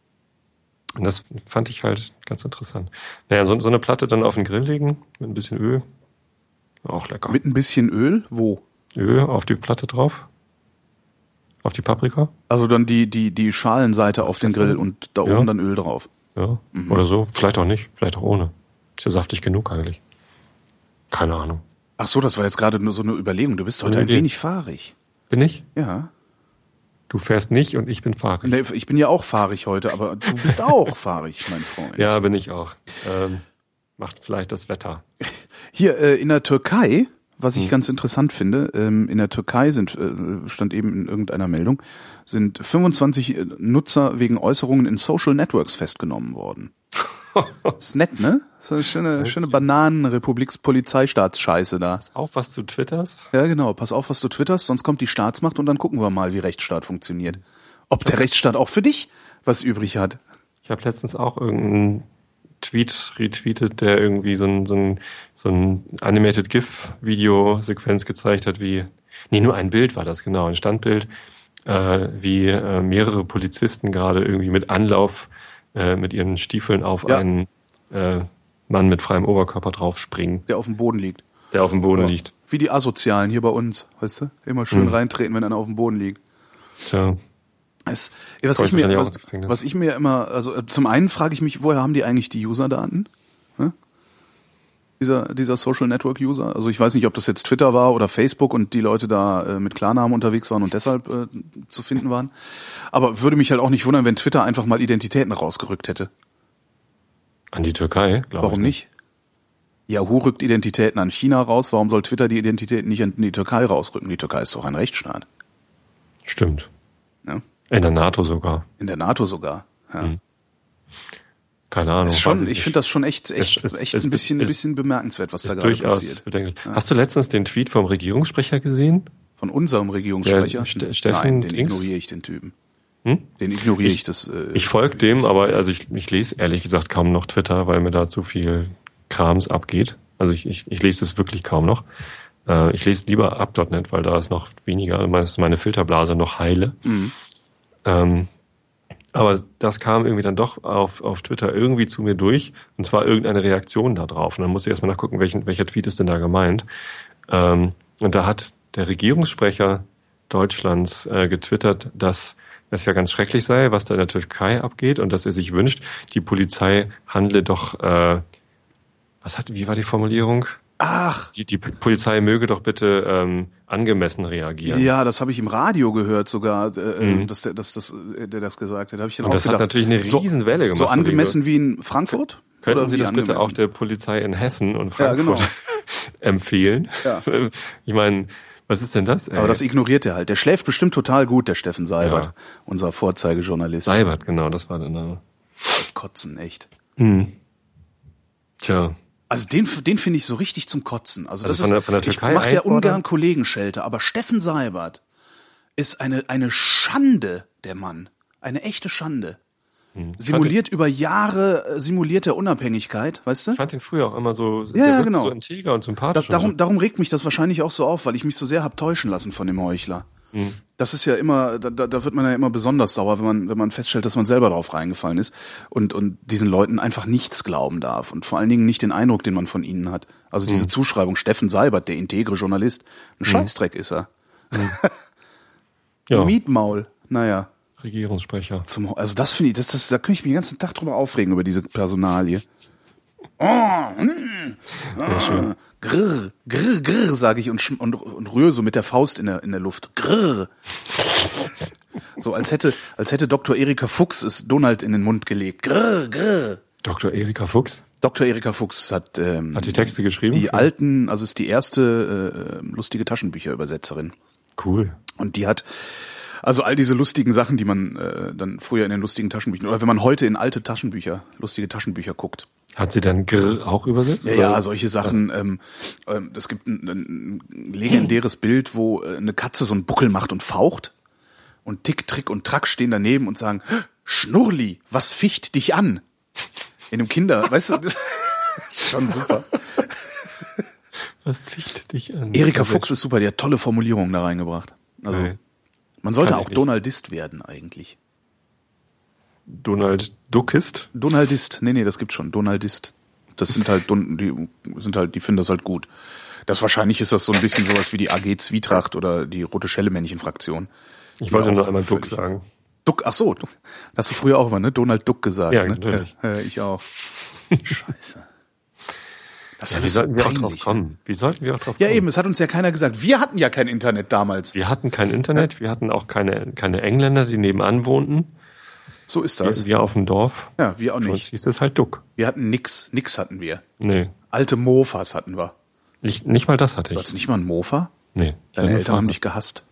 das fand ich halt ganz interessant. Naja, so eine Platte dann auf den Grill legen mit ein bisschen Öl. Auch lecker. Mit ein bisschen Öl? Wo? Öl auf die Platte drauf. Auf die Paprika. Also dann die Schalenseite auf den Grill und da oben dann Öl drauf. Ja, oder so. Vielleicht auch nicht. Vielleicht auch ohne. Ist ja saftig genug eigentlich. Keine Ahnung. Ach so, das war jetzt gerade nur so eine Überlegung. Du bist heute ein wenig fahrig. Bin ich? Ja. Du fährst nicht und ich bin fahrig. Nee, ich bin ja auch fahrig heute, aber du bist auch fahrig, mein Freund. Ja, bin ich auch. Macht vielleicht das Wetter. Hier in der Türkei, was ich ganz interessant finde, in der Türkei stand eben in irgendeiner Meldung, sind 25 Nutzer wegen Äußerungen in Social Networks festgenommen worden. Ist nett, ne? So eine schöne Bananen-Republiks-Polizeistaatsscheiße da. Pass auf, was du twitterst. Ja, genau. Pass auf, was du twitterst, sonst kommt die Staatsmacht und dann gucken wir mal, wie Rechtsstaat funktioniert. Ob der Rechtsstaat auch für dich was übrig hat. Ich habe letztens auch irgendeinen Tweet retweetet, der irgendwie so ein Animated GIF-Video-Sequenz gezeigt hat, nur ein Bild war das, genau, ein Standbild, wie mehrere Polizisten gerade irgendwie mit Anlauf mit ihren Stiefeln auf einen Mann mit freiem Oberkörper draufspringen. Der auf dem Boden liegt. Liegt. Wie die Asozialen hier bei uns, weißt du? Immer schön reintreten, wenn einer auf dem Boden liegt. Tja. Was ich mir immer, also zum einen frage ich mich, woher haben die eigentlich die User-Daten? Hm? Dieser Social Network User? Also ich weiß nicht, ob das jetzt Twitter war oder Facebook und die Leute da mit Klarnamen unterwegs waren und deshalb zu finden waren. Aber würde mich halt auch nicht wundern, wenn Twitter einfach mal Identitäten rausgerückt hätte. An die Türkei, glaube ich. Warum nicht? Yahoo rückt Identitäten an China raus, warum soll Twitter die Identitäten nicht an die Türkei rausrücken? Die Türkei ist doch ein Rechtsstaat. Stimmt. Ja? In der NATO sogar. In der NATO sogar, ja. Keine Ahnung. Ich finde das schon echt ein bisschen bemerkenswert, was da gerade passiert. Bedenklich. Ja. Hast du letztens den Tweet vom Regierungssprecher gesehen? Von unserem Regierungssprecher? Steffen Nein, den ignoriere ich, den Typen. Den ignoriere ich. Ich folge dem, aber also ich lese ehrlich gesagt kaum noch Twitter, weil mir da zu viel Krams abgeht. Also ich lese es wirklich kaum noch. Ich lese lieber up.net, weil da ist noch weniger, ist meine Filterblase noch heile. Aber das kam irgendwie dann doch auf Twitter irgendwie zu mir durch, und zwar irgendeine Reaktion da drauf. Und dann musste ich erstmal nachgucken, welcher Tweet ist denn da gemeint. Und da hat der Regierungssprecher Deutschlands getwittert, dass es ja ganz schrecklich sei, was da in der Türkei abgeht, und dass er sich wünscht, die Polizei handle doch, wie war die Formulierung? Ach. Die Polizei möge doch bitte angemessen reagieren. Ja, das habe ich im Radio gehört sogar, dass der das gesagt hat. Da hab ich dann und auch das gedacht, hat natürlich eine Riesenwelle gemacht. So angemessen wie in Frankfurt? Könnten Sie das bitte auch der Polizei in Hessen und Frankfurt empfehlen? Ja. Ich meine, was ist denn das? Aber das ignoriert er halt. Der schläft bestimmt total gut, der Steffen Seibert, unser Vorzeigejournalist. Seibert, genau, das war der Name. Kotzen, echt. Tja. Also den finde ich so richtig zum Kotzen. Also das von der Türkei ich mache ja ungern Kollegenschelte, aber Steffen Seibert ist eine Schande, der Mann. Eine echte Schande. Über Jahre simuliert er Unabhängigkeit, weißt du? Ich fand ihn früher auch immer so, so integer und sympathisch. Darum regt mich das wahrscheinlich auch so auf, weil ich mich so sehr hab täuschen lassen von dem Heuchler. Das ist ja immer, da wird man ja immer besonders sauer, wenn man feststellt, dass man selber drauf reingefallen ist und diesen Leuten einfach nichts glauben darf und vor allen Dingen nicht den Eindruck, den man von ihnen hat. Also diese Zuschreibung, Steffen Seibert, der integre Journalist, ein Scheißdreck ist er. Ja. Mietmaul. Naja. Regierungssprecher. Also das finde ich, da könnte ich mich den ganzen Tag drüber aufregen, über diese Personalie. Sehr schön. Grrr, grrr, grrr, sage ich und rühre so mit der Faust in der Luft. Grrr. So als hätte Dr. Erika Fuchs es Donald in den Mund gelegt. Grrr, grrr. Dr. Erika Fuchs? Dr. Erika Fuchs hat die Texte geschrieben? Die alten, also ist die erste lustige Taschenbücherübersetzerin. Cool. Und die hat also all diese lustigen Sachen, die man dann früher in den lustigen Taschenbüchern, oder wenn man heute in alte Taschenbücher, lustige Taschenbücher guckt. Hat sie dann Grrr auch übersetzt? Ja, solche Sachen. Es gibt ein legendäres Bild, wo eine Katze so einen Buckel macht und faucht. Und Tick, Trick und Track stehen daneben und sagen, Schnurli, was ficht dich an? In einem weißt du, das ist schon super. Was ficht dich an? Erika Fuchs ist super, die hat tolle Formulierungen da reingebracht. Also man sollte auch Donaldist werden eigentlich. Donald Duckist? Donaldist, nee, das gibt's schon. Donaldist. Das sind halt, die finden das halt gut. Wahrscheinlich ist das so ein bisschen sowas wie die AG Zwietracht oder die Rote Schelle-Männchen-Fraktion. Ich wollte nur einmal Duck sagen. Duck, ach so. Hast du früher auch immer, ne? Donald Duck gesagt. Ja, ne? natürlich. Ich auch. Scheiße. Wie sollten wir auch drauf kommen? Ja, eben, es hat uns ja keiner gesagt. Wir hatten ja kein Internet damals. Wir hatten kein Internet, wir hatten auch keine Engländer, die nebenan wohnten. So ist das. Wir auf dem Dorf. Ja, wir auch nicht. Für uns hieß das halt Duck. Wir hatten nix hatten wir. Nee. Alte Mofas hatten wir. Nicht mal das hatte ich. Du hattest nicht mal ein Mofa? Nee. Deine Eltern haben dich gehasst.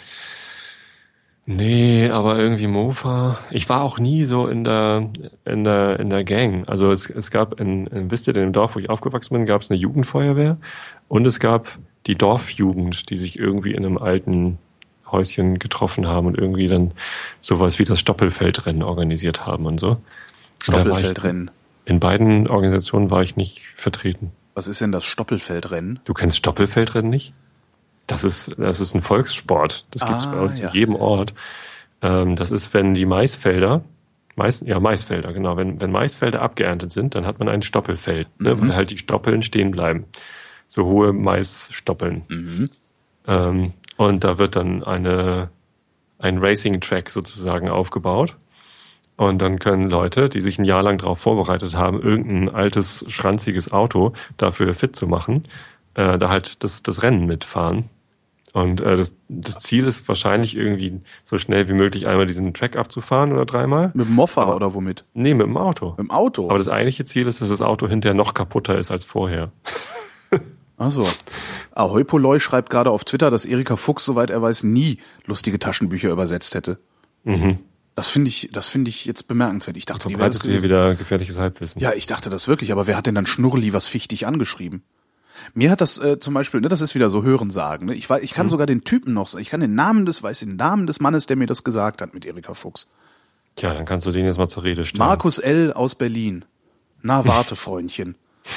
Nee, aber irgendwie Mofa. Ich war auch nie so in der Gang. Also es gab wisst ihr, in dem Dorf, wo ich aufgewachsen bin, gab es eine Jugendfeuerwehr und es gab die Dorfjugend, die sich irgendwie in einem alten Häuschen getroffen haben und irgendwie dann sowas wie das Stoppelfeldrennen organisiert haben und so. Stoppelfeldrennen. In beiden Organisationen war ich nicht vertreten. Was ist denn das Stoppelfeldrennen? Du kennst Stoppelfeldrennen nicht? Das ist ein Volkssport. Das gibt's bei uns in jedem Ort. Das ist, wenn die Maisfelder, genau. Wenn Maisfelder abgeerntet sind, dann hat man ein Stoppelfeld, ne, weil halt die Stoppeln stehen bleiben. So hohe Maisstoppeln. Und da wird dann ein Racing-Track sozusagen aufgebaut. Und dann können Leute, die sich ein Jahr lang darauf vorbereitet haben, irgendein altes, schranziges Auto dafür fit zu machen, da halt das Rennen mitfahren. Und das Ziel ist wahrscheinlich irgendwie so schnell wie möglich einmal diesen Track abzufahren oder dreimal. Mit dem Moffa oder womit? Nee, mit dem Auto. Mit dem Auto? Aber das eigentliche Ziel ist, dass das Auto hinterher noch kaputter ist als vorher. Ach so. Ahoi Poloi schreibt gerade auf Twitter, dass Erika Fuchs, soweit er weiß, nie lustige Taschenbücher übersetzt hätte. Mhm. Das finde ich jetzt bemerkenswert. Ich dachte, verbreitest du hier wieder gefährliches Halbwissen. Ja, ich dachte das wirklich, aber wer hat denn dann Schnurli was fichtig angeschrieben? Mir hat das zum Beispiel, ne, das ist wieder so Hörensagen. Ne? Ich kann sogar den Typen noch sagen. Ich kann den Namen des Mannes, der mir das gesagt hat mit Erika Fuchs. Tja, dann kannst du den jetzt mal zur Rede stellen. Markus L. aus Berlin. Na warte, Freundchen.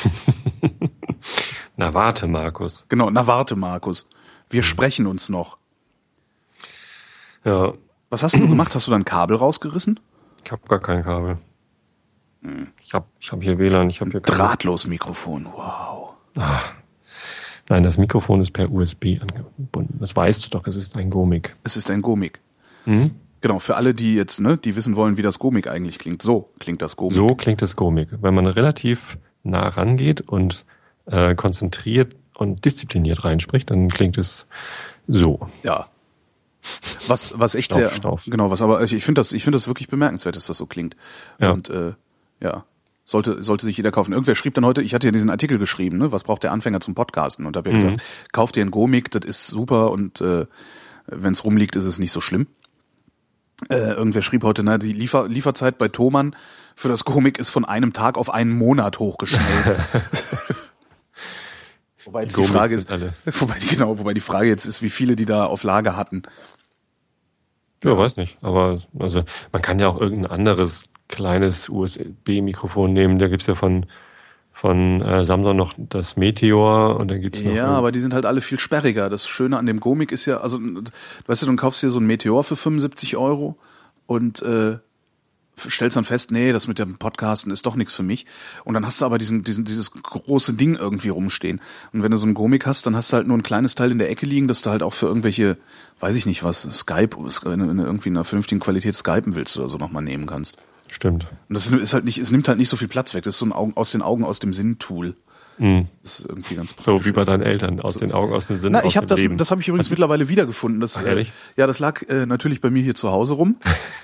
Na warte, Markus. Genau, na warte, Markus. Wir sprechen uns noch. Ja. Was hast du gemacht? Hast du dein Kabel rausgerissen? Ich habe gar kein Kabel. Ich hab hier WLAN, ich habe hier kein Drahtlos-Mikrofon, wow. Nein, das Mikrofon ist per USB angebunden. Das weißt du doch, es ist ein Gomik. Es ist ein Gomik. Genau, für alle, die jetzt, ne, die wissen wollen, wie das Gomik eigentlich klingt. So klingt das Gomik. So klingt das Gomik. Wenn man relativ nah rangeht und konzentriert und diszipliniert reinspricht, dann klingt es so. Ja. Was echt sehr, genau, aber ich finde das wirklich bemerkenswert, dass das so klingt. Ja. Und sollte sich jeder kaufen. Irgendwer schrieb dann heute, ich hatte ja diesen Artikel geschrieben, ne, was braucht der Anfänger zum Podcasten? Und habe ja gesagt, kauf dir ein Gomik, das ist super und wenn es rumliegt, ist es nicht so schlimm. Irgendwer schrieb heute, na, die Lieferzeit bei Thomann für das Gomik ist von einem Tag auf einen Monat hochgestellt. Wobei jetzt die Frage ist, wobei die Frage jetzt ist, wie viele die da auf Lager hatten. Ja, weiß nicht. Aber also man kann ja auch irgendein anderes kleines USB-Mikrofon nehmen. Da gibt's ja von Samsung noch das Meteor und dann gibt's noch. Ja, aber die sind halt alle viel sperriger. Das Schöne an dem Gomik ist ja, also weißt du, du kaufst dir so ein Meteor für 75 € und stellst dann fest, nee, das mit dem Podcasten ist doch nichts für mich. Und dann hast du aber dieses große Ding irgendwie rumstehen. Und wenn du so einen Gomik hast, dann hast du halt nur ein kleines Teil in der Ecke liegen, dass du halt auch für irgendwelche, weiß ich nicht was, Skype, wenn du irgendwie in einer vernünftigen Qualität skypen willst oder so nochmal nehmen kannst. Stimmt. Und das ist halt nicht, es nimmt halt nicht so viel Platz weg. Das ist so ein aus den Augen, aus dem Sinn-Tool. Das ist irgendwie ganz praktisch. So wie bei deinen Eltern, aus den Augen, aus dem Sinn. Na, das habe ich übrigens mittlerweile wiedergefunden. Das, ehrlich? Ja, das lag natürlich bei mir hier zu Hause rum.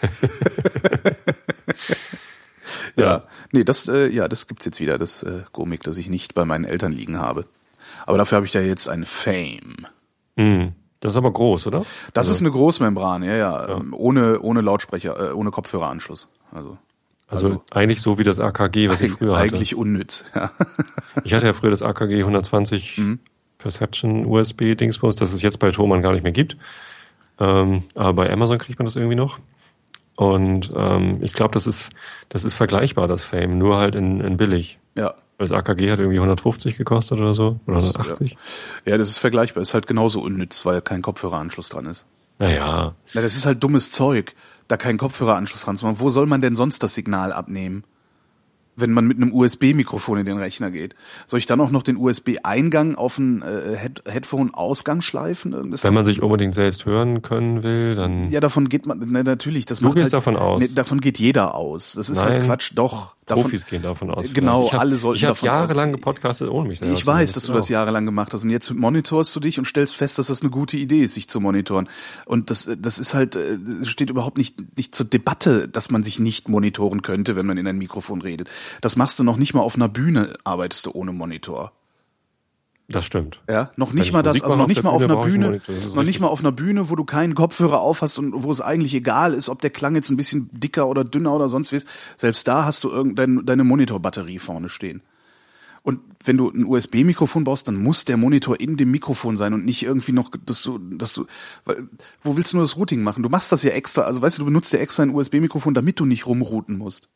Ja, nee, das gibt's jetzt wieder, das Gomik, das ich nicht bei meinen Eltern liegen habe. Aber dafür habe ich da jetzt ein Fame. Das ist aber groß, oder? Das ist eine Großmembran, ja. Ohne Lautsprecher, ohne Kopfhöreranschluss. Also eigentlich so wie das AKG, was ich früher hatte. Eigentlich unnütz, ja. Ich hatte ja früher das AKG 120 Perception USB Dingsbums, das es jetzt bei Thomann gar nicht mehr gibt. Aber bei Amazon kriegt man das irgendwie noch. Und ich glaube, das ist vergleichbar, das Fame, nur halt in billig. Ja. Das AKG hat irgendwie 150 gekostet oder so, oder 180. Ja, das ist vergleichbar, ist halt genauso unnütz, weil kein Kopfhöreranschluss dran ist. Naja. Na, das ist halt dummes Zeug, da keinen Kopfhöreranschluss dran zu machen. Wo soll man denn sonst das Signal abnehmen, wenn man mit einem USB-Mikrofon in den Rechner geht? Soll ich dann auch noch den USB-Eingang auf einen Headphone-Ausgang schleifen? Wenn man sich unbedingt selbst hören können will, dann... Ja, davon geht man, natürlich. Du gehst davon aus. Nee, davon geht jeder aus. Das ist halt Quatsch, doch. Profis gehen davon aus. Genau, alle sollten davon aus. Ich habe jahrelang gepodcastet ohne mich selber. Ich weiß, dass du das jahrelang gemacht hast und jetzt monitorst du dich und stellst fest, dass das eine gute Idee ist, sich zu monitoren. Und das ist halt, steht überhaupt nicht zur Debatte, dass man sich nicht monitoren könnte, wenn man in ein Mikrofon redet. Das machst du noch nicht mal auf einer Bühne, arbeitest du ohne Monitor. Das stimmt. Ja, noch nicht mal das, also noch nicht mal auf einer Bühne, noch nicht mal auf einer Bühne, wo du keinen Kopfhörer auf hast und wo es eigentlich egal ist, ob der Klang jetzt ein bisschen dicker oder dünner oder sonst wie ist. Selbst da hast du deine Monitorbatterie vorne stehen. Und wenn du ein USB-Mikrofon brauchst, dann muss der Monitor in dem Mikrofon sein und nicht irgendwie noch, dass du, wo willst du nur das Routing machen? Du machst das ja extra, also weißt du, du benutzt ja extra ein USB-Mikrofon, damit du nicht rumrouten musst.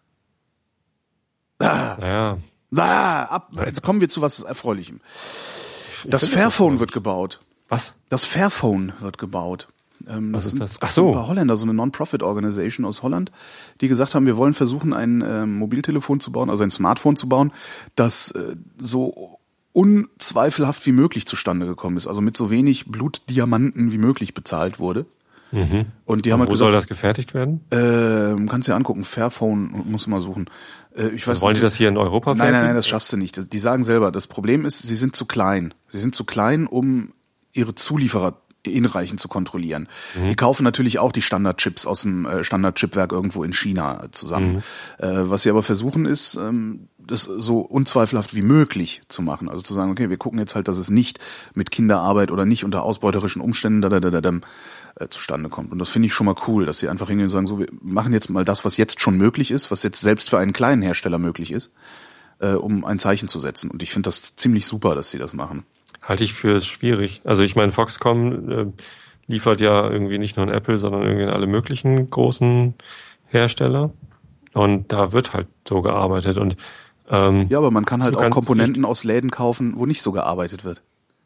Naja. Jetzt kommen wir zu was Erfreulichem. Das Fairphone wird gebaut. Was? Das Fairphone wird gebaut. Was ist das? Ach so. Ein paar Holländer, so eine Non-Profit-Organisation aus Holland, die gesagt haben, wir wollen versuchen, ein Mobiltelefon zu bauen, also ein Smartphone zu bauen, das so unzweifelhaft wie möglich zustande gekommen ist, also mit so wenig Blutdiamanten wie möglich bezahlt wurde. Und die haben halt wo soll das gefertigt werden? Kannst du ja angucken, Fairphone, musst du mal suchen. Ich weiß, wollen die das hier in Europa fertigen? Nein, das schaffst du nicht. Die sagen selber, das Problem ist, sie sind zu klein. Sie sind zu klein, um ihre Zulieferer hinreichend zu kontrollieren. Die kaufen natürlich auch die Standardchips aus dem Standardchipwerk irgendwo in China zusammen. Was sie aber versuchen ist, das so unzweifelhaft wie möglich zu machen. Also zu sagen, okay, wir gucken jetzt halt, dass es nicht mit Kinderarbeit oder nicht unter ausbeuterischen Umständen zustande kommt. Und das finde ich schon mal cool, dass sie einfach hingehen und sagen, so, wir machen jetzt mal das, was jetzt schon möglich ist, was jetzt selbst für einen kleinen Hersteller möglich ist, um ein Zeichen zu setzen. Und ich finde das ziemlich super, dass sie das machen. Halte ich für schwierig. Also ich meine, Foxconn liefert ja irgendwie nicht nur an Apple, sondern irgendwie an alle möglichen großen Hersteller. Und da wird halt so gearbeitet. Und ja, aber man kann halt auch Komponenten aus Läden kaufen, wo nicht so gearbeitet wird.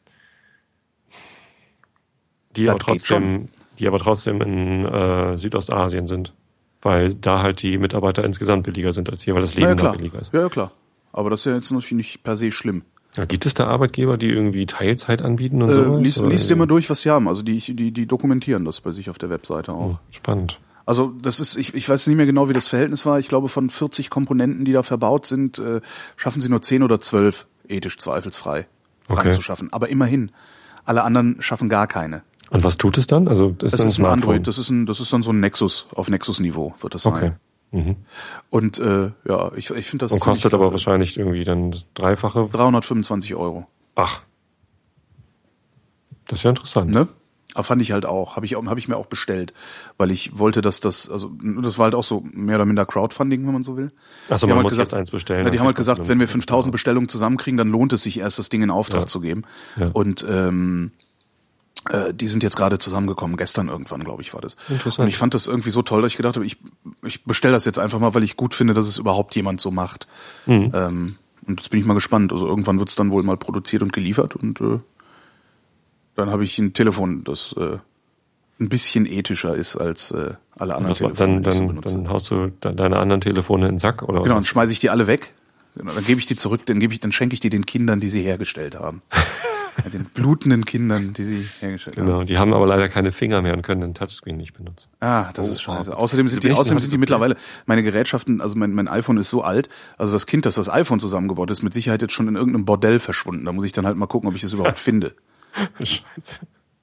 Die aber trotzdem in Südostasien sind. Weil da halt die Mitarbeiter insgesamt billiger sind als hier, weil das Leben da billiger ist. Ja, klar. Aber das ist ja jetzt natürlich nicht per se schlimm. Ja, gibt es da Arbeitgeber, die irgendwie Teilzeit anbieten und sowas? Lies dir mal durch, was sie haben. Also die dokumentieren das bei sich auf der Webseite auch. Spannend. Also das ist, ich weiß nicht mehr genau, wie das Verhältnis war. Ich glaube, von 40 Komponenten, die da verbaut sind, schaffen sie nur 10 oder 12 ethisch zweifelsfrei ranzuschaffen. Aber immerhin, alle anderen schaffen gar keine. Und was tut es dann? Also das ist ein Android. Das ist dann so ein Nexus auf Nexus-Niveau wird das sein. Okay. Und ich finde das. Und kostet aber wahrscheinlich irgendwie dann das Dreifache. 325 €. Ach, das ist ja interessant. Ne? Aber fand ich halt auch. Habe ich mir auch bestellt, weil ich wollte, dass das war halt auch so mehr oder minder Crowdfunding, wenn man so will. Achso, man muss jetzt eins bestellen. Die haben halt gesagt, wenn wir 5000 Bestellungen zusammenkriegen, dann lohnt es sich erst, das Ding in Auftrag zu geben. Ja. Und die sind jetzt gerade zusammengekommen, gestern irgendwann, glaube ich, war das. Interessant. Und ich fand das irgendwie so toll, dass ich gedacht habe, ich bestelle das jetzt einfach mal, weil ich gut finde, dass es überhaupt jemand so macht. Und jetzt bin ich mal gespannt. Also irgendwann wird es dann wohl mal produziert und geliefert und dann habe ich ein Telefon, das ein bisschen ethischer ist als alle anderen Telefone. Dann haust du deine anderen Telefone in den Sack oder? Genau, dann schmeiße ich die alle weg. Dann gebe ich die zurück, dann schenke ich die den Kindern, die sie hergestellt haben. Den blutenden Kindern, die sie hergestellt haben. Genau, die haben aber leider keine Finger mehr und können den Touchscreen nicht benutzen. Ah, das ist scheiße. Außerdem sind die mittlerweile, meine Gerätschaften, also mein iPhone ist so alt, also das Kind, das iPhone zusammengebaut ist, mit Sicherheit jetzt schon in irgendeinem Bordell verschwunden. Da muss ich dann halt mal gucken, ob ich das überhaupt finde. Scheiße.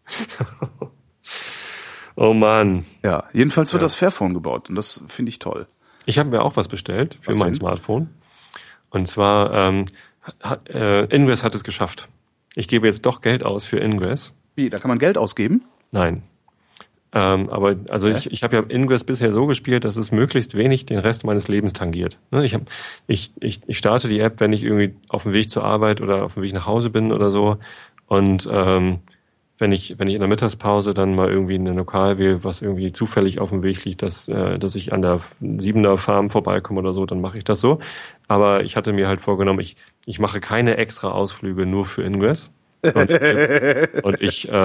Oh Mann. Ja, jedenfalls wird das Fairphone gebaut und das finde ich toll. Ich habe mir auch was bestellt für mein Smartphone. Und zwar, Ingress hat es geschafft. Ich gebe jetzt doch Geld aus für Ingress. Wie, da kann man Geld ausgeben? Nein. Aber also ich habe ja Ingress bisher so gespielt, dass es möglichst wenig den Rest meines Lebens tangiert. Ich starte die App, wenn ich irgendwie auf dem Weg zur Arbeit oder auf dem Weg nach Hause bin oder so. Und wenn ich in der Mittagspause dann mal irgendwie ein Lokal wähle, was irgendwie zufällig auf dem Weg liegt, dass ich an der 7er Farm vorbeikomme oder so, dann mache ich das so. Aber ich hatte mir halt vorgenommen, ich mache keine extra Ausflüge nur für Ingress. Und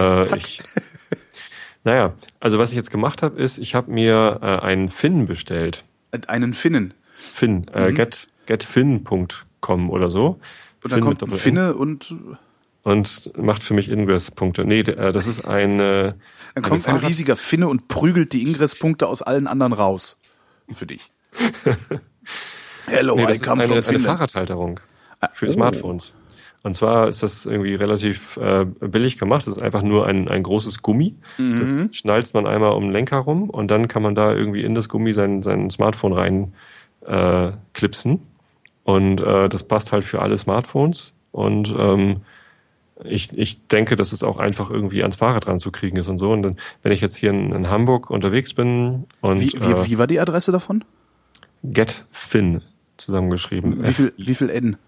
naja, also was ich jetzt gemacht habe, ist, ich habe mir einen Fin bestellt. Einen Finnen? Fin, getfin.com oder so. Und dann kommt Finne und macht für mich Ingress-Punkte. Nee, das ist dann kommt ein riesiger Finne und prügelt die Ingress-Punkte aus allen anderen raus. Für dich. Hello, I come from Finne. Eine Fahrradhalterung für Smartphones. Und zwar ist das irgendwie relativ billig gemacht. Das ist einfach nur ein großes Gummi. Mhm. Das schnalzt man einmal um den Lenker rum und dann kann man da irgendwie in das Gummi sein Smartphone rein klipsen. Und das passt halt für alle Smartphones. Und ich denke, dass es auch einfach irgendwie ans Fahrrad ranzukriegen ist und so. Und dann, wenn ich jetzt hier in Hamburg unterwegs bin und wie war die Adresse davon? Getfin zusammengeschrieben. Wie viel N?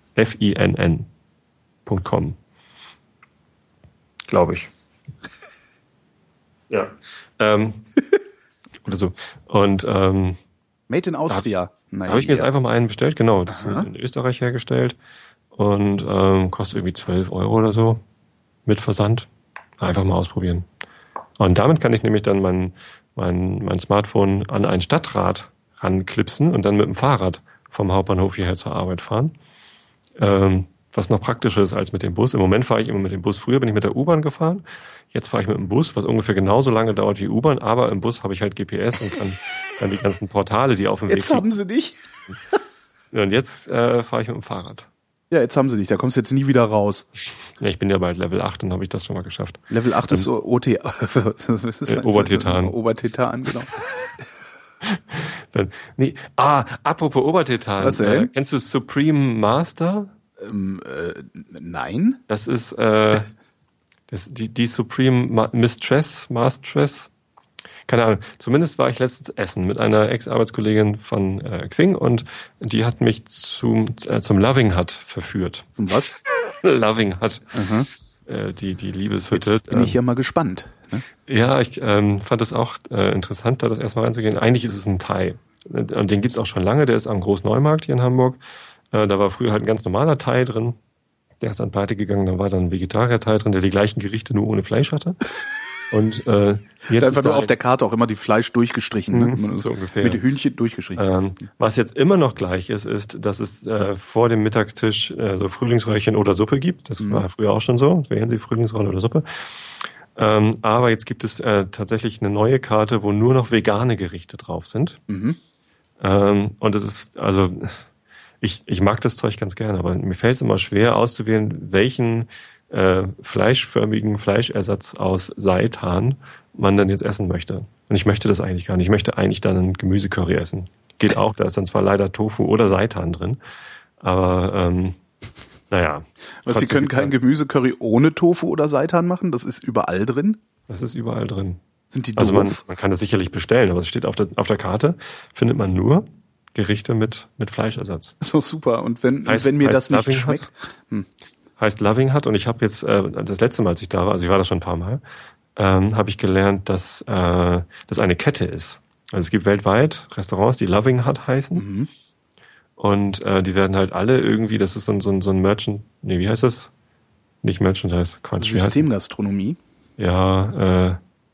FINN.com. Glaube ich. Ja. Oder so. Und Made in Austria. Da habe ich mir jetzt einfach mal einen bestellt, genau. Das ist in Österreich hergestellt. Und kostet irgendwie 12 € oder so mit Versand. Einfach mal ausprobieren. Und damit kann ich nämlich dann mein Smartphone an ein Stadtrad ranklipsen und dann mit dem Fahrrad vom Hauptbahnhof hierher zur Arbeit fahren. Was noch praktischer ist als mit dem Bus. Im Moment fahre ich immer mit dem Bus. Früher bin ich mit der U-Bahn gefahren. Jetzt fahre ich mit dem Bus, was ungefähr genauso lange dauert wie U-Bahn. Aber im Bus habe ich halt GPS und kann die ganzen Portale, die auf dem Weg sind. Jetzt haben sie dich. Und jetzt fahre ich mit dem Fahrrad. Ja, jetzt haben sie dich. Da kommst du jetzt nie wieder raus. Ja, ich bin ja bald Level 8, dann habe ich das schon mal geschafft. Level 8 ist so Obertitan. Obertitan, genau. Apropos Obertitan. Was denn? Kennst du Supreme Master? Nein. Das ist die Supreme Mistress. Keine Ahnung. Zumindest war ich letztens essen mit einer Ex-Arbeitskollegin von Xing und die hat mich zum Loving Hut verführt. Zum was? Loving Hut. Die Liebeshütte. Jetzt bin ich ja mal gespannt. Ne? Ja, ich fand es auch interessant, da das erstmal reinzugehen. Eigentlich ist es ein Thai. Und den gibt's auch schon lange. Der ist am Großneumarkt hier in Hamburg. Da war früher halt ein ganz normaler Thai drin. Der ist dann pleite gegangen. Da war dann ein Vegetarier-Thai drin, der die gleichen Gerichte nur ohne Fleisch hatte. Und jetzt einfach nur auf der Karte auch immer die Fleisch durchgestrichen, ne? So ungefähr. Mit den Hühnchen durchgestrichen. Was jetzt immer noch gleich ist, dass es vor dem Mittagstisch so Frühlingsröllchen oder Suppe gibt. Das war früher auch schon so. Wählen Sie Frühlingsrolle oder Suppe. Aber jetzt gibt es tatsächlich eine neue Karte, wo nur noch vegane Gerichte drauf sind. Und es ist, also ich mag das Zeug ganz gerne, aber mir fällt es immer schwer auszuwählen, welchen fleischförmigen Fleischersatz aus Seitan man dann jetzt essen möchte. Und ich möchte das eigentlich gar nicht. Ich möchte eigentlich dann einen Gemüsecurry essen. Geht auch, da ist dann zwar leider Tofu oder Seitan drin, aber naja. Was, Sie können kein Gemüsecurry ohne Tofu oder Seitan machen? Das ist überall drin? Das ist überall drin. Sind die doof? Also man kann das sicherlich bestellen, aber es steht auf der Karte, findet man nur Gerichte mit Fleischersatz. Oh, super. Und wenn mir das nicht schmeckt? Heißt Loving Hut und ich habe jetzt, das letzte Mal, als ich da war, also ich war da schon ein paar Mal, habe ich gelernt, dass das eine Kette ist. Also es gibt weltweit Restaurants, die Loving Hut heißen und die werden halt alle irgendwie, das ist so ein wie heißt das? Nicht Merchandise, Quatsch. Systemgastronomie? Ja,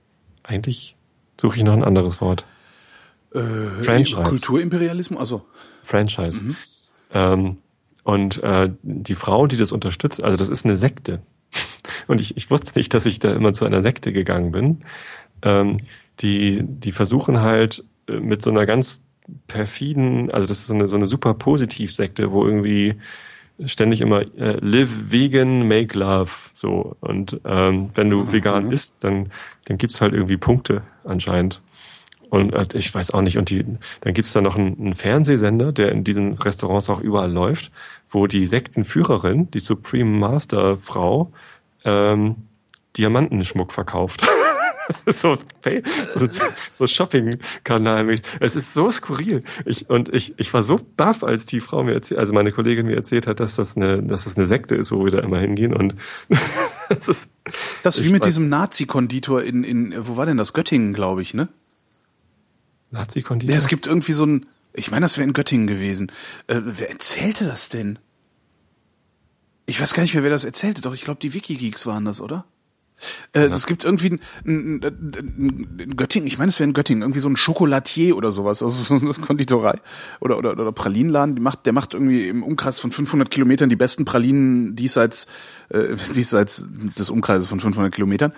eigentlich suche ich noch ein anderes Wort. Franchise. Kulturimperialismus, also. Franchise. Und die Frau, die das unterstützt, also das ist eine Sekte. Und ich wusste nicht, dass ich da immer zu einer Sekte gegangen bin. Die versuchen halt mit so einer ganz perfiden, also das ist so eine super Positiv-Sekte, wo irgendwie ständig immer live vegan, make love, so. Und wenn du vegan isst, dann gibt's halt irgendwie Punkte anscheinend. Und ich weiß auch nicht. Und dann gibt's da noch einen Fernsehsender, der in diesen Restaurants auch überall läuft, wo die Sektenführerin, die Supreme Master Frau, Diamantenschmuck verkauft. Das ist so Shopping-Kanal-mäßig. Es ist so skurril. Ich war so baff, als die Frau mir also meine Kollegin mir erzählt hat, dass das eine Sekte ist, wo wir da immer hingehen. Und das ist wie mit diesem Nazi-Konditor in wo war denn das? Göttingen, glaube ich, ne? Nazi-Konditor? Ja, es gibt irgendwie so ein, ich meine, das wäre in Göttingen gewesen. Wer erzählte das denn? Ich weiß gar nicht mehr, wer das erzählte, doch ich glaube, die Wikigeeks waren das, oder? Es gibt irgendwie in Göttingen, ich meine, es wäre in Göttingen, irgendwie so ein Chocolatier oder sowas, also so eine Konditorei oder Pralinenladen, der macht irgendwie im Umkreis von 500 Kilometern die besten Pralinen diesseits des Umkreises von 500 Kilometern.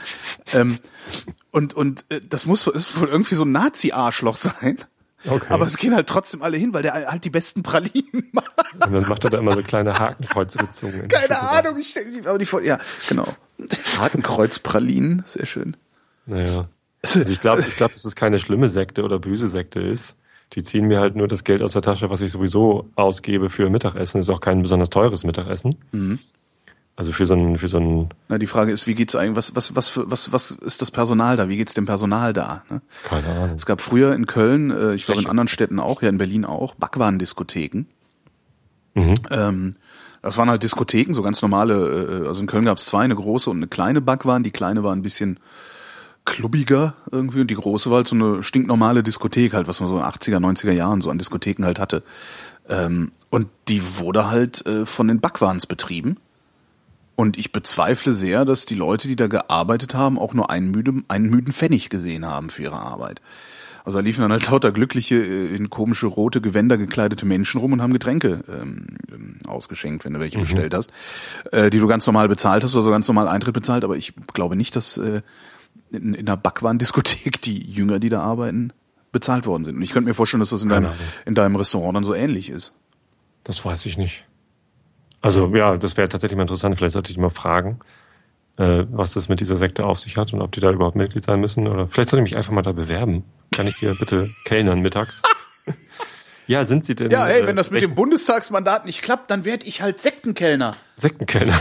Und das ist wohl irgendwie so ein Nazi-Arschloch sein. Okay. Aber es gehen halt trotzdem alle hin, weil der halt die besten Pralinen macht. Und dann macht er da immer so kleine Hakenkreuze-Bezungen. Keine Ahnung, ich stelle mir die vor. Ja, genau. Hakenkreuzpralinen, sehr schön. Naja. Also ich glaube, dass es keine schlimme Sekte oder böse Sekte ist. Die ziehen mir halt nur das Geld aus der Tasche, was ich sowieso ausgebe für Mittagessen. Das ist auch kein besonders teures Mittagessen. Mhm. Also für so ein. Na, die Frage ist, wie geht's eigentlich, was ist das Personal da? Wie geht's dem Personal da? Ne? Keine Ahnung. Es gab früher in Köln, ich glaube in anderen Städten auch, ja in Berlin auch, Backwaren-Diskotheken. Mhm. Das waren halt Diskotheken, so ganz normale, also in Köln gab es zwei, eine große und eine kleine Backwaren. Die kleine war ein bisschen klubbiger irgendwie und die große war halt so eine stinknormale Diskothek halt, was man so in 80er, 90er Jahren so an Diskotheken halt hatte. Und die wurde halt von den Backwarens betrieben. Und ich bezweifle sehr, dass die Leute, die da gearbeitet haben, auch nur einen müden Pfennig gesehen haben für ihre Arbeit. Also da liefen dann halt lauter glückliche, in komische rote Gewänder gekleidete Menschen rum und haben Getränke ausgeschenkt, wenn du welche bestellt hast, die du ganz normal bezahlt hast, also ganz normal Eintritt bezahlt. Aber ich glaube nicht, dass in einer Backwaren-Diskothek die Jünger, die da arbeiten, bezahlt worden sind. Und ich könnte mir vorstellen, dass das in deinem Restaurant dann so ähnlich ist. Das weiß ich nicht. Also ja, das wäre tatsächlich mal interessant. Vielleicht sollte ich mal fragen, was das mit dieser Sekte auf sich hat und ob die da überhaupt Mitglied sein müssen. Oder vielleicht sollte ich mich einfach mal da bewerben. Kann ich hier bitte kellnern mittags? Ja, sind Sie denn... Ja, hey, wenn das mit dem Bundestagsmandat nicht klappt, dann werde ich halt Sektenkellner. Sektenkellner.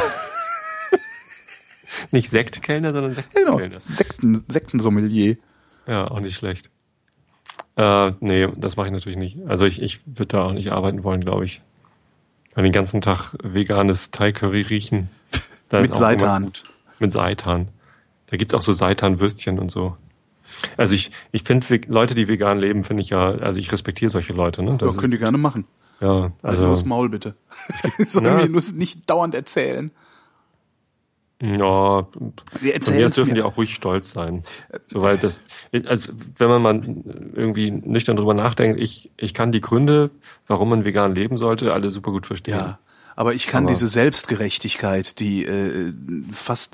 Nicht Sektkellner, sondern Sektenkellner. Genau, Sektensommelier. Ja, auch nicht schlecht. Nee, das mache ich natürlich nicht. Also ich würde da auch nicht arbeiten wollen, glaube ich. Weil den ganzen Tag veganes Thai-Curry riechen. Mit Seitan. Mit Seitan. Da gibt's auch so Seitan-Würstchen und so. Also ich finde, Leute, die vegan leben, finde ich ja, also ich respektiere solche Leute. Ne? Das könnt ihr gerne machen. Ja, also nur das Maul bitte. Sollen wir nur nicht dauernd erzählen. Ja, jetzt dürfen die auch ruhig stolz sein. So, weil also wenn man mal irgendwie nüchtern drüber nachdenkt, ich kann die Gründe, warum man vegan leben sollte, alle super gut verstehen. Ja, aber ich kann diese Selbstgerechtigkeit, die fast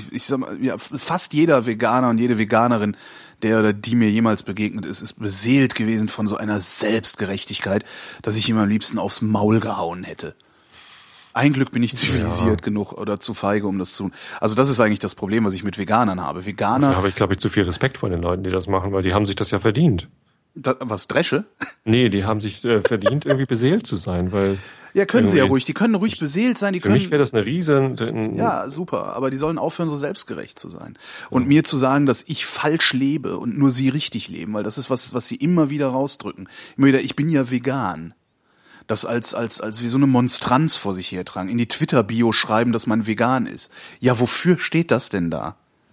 jeder Veganer und jede Veganerin, der oder die mir jemals begegnet ist beseelt gewesen von so einer Selbstgerechtigkeit, dass ich ihm am liebsten aufs Maul gehauen hätte. Ein Glück bin ich zivilisiert genug oder zu feige, um das zu tun. Also das ist eigentlich das Problem, was ich mit Veganern habe. Da habe ich, glaube ich, zu viel Respekt vor den Leuten, die das machen, weil die haben sich das ja verdient. Was, Dresche? Nee, die haben sich verdient, irgendwie beseelt zu sein, weil... Ja, können sie ja ruhig. Die können ruhig beseelt sein. Für mich wäre das eine riesen... Ja, super. Aber die sollen aufhören, so selbstgerecht zu sein. Und mir zu sagen, dass ich falsch lebe und nur sie richtig leben, weil das ist was sie immer wieder rausdrücken. Immer wieder, ich bin ja vegan. Das als wie so eine Monstranz vor sich hertragen, in die Twitter-Bio schreiben, dass man vegan ist. Ja, wofür steht das denn da?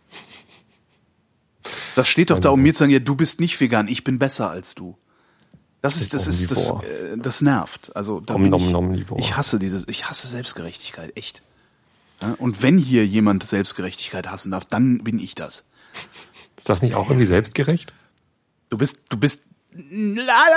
Das steht doch da, um mir zu sagen, ja, du bist nicht vegan, ich bin besser als du. Das nervt. Also ich hasse Selbstgerechtigkeit, echt. Ja, und wenn hier jemand Selbstgerechtigkeit hassen darf, dann bin ich das. Ist das nicht auch irgendwie selbstgerecht? Du bist la.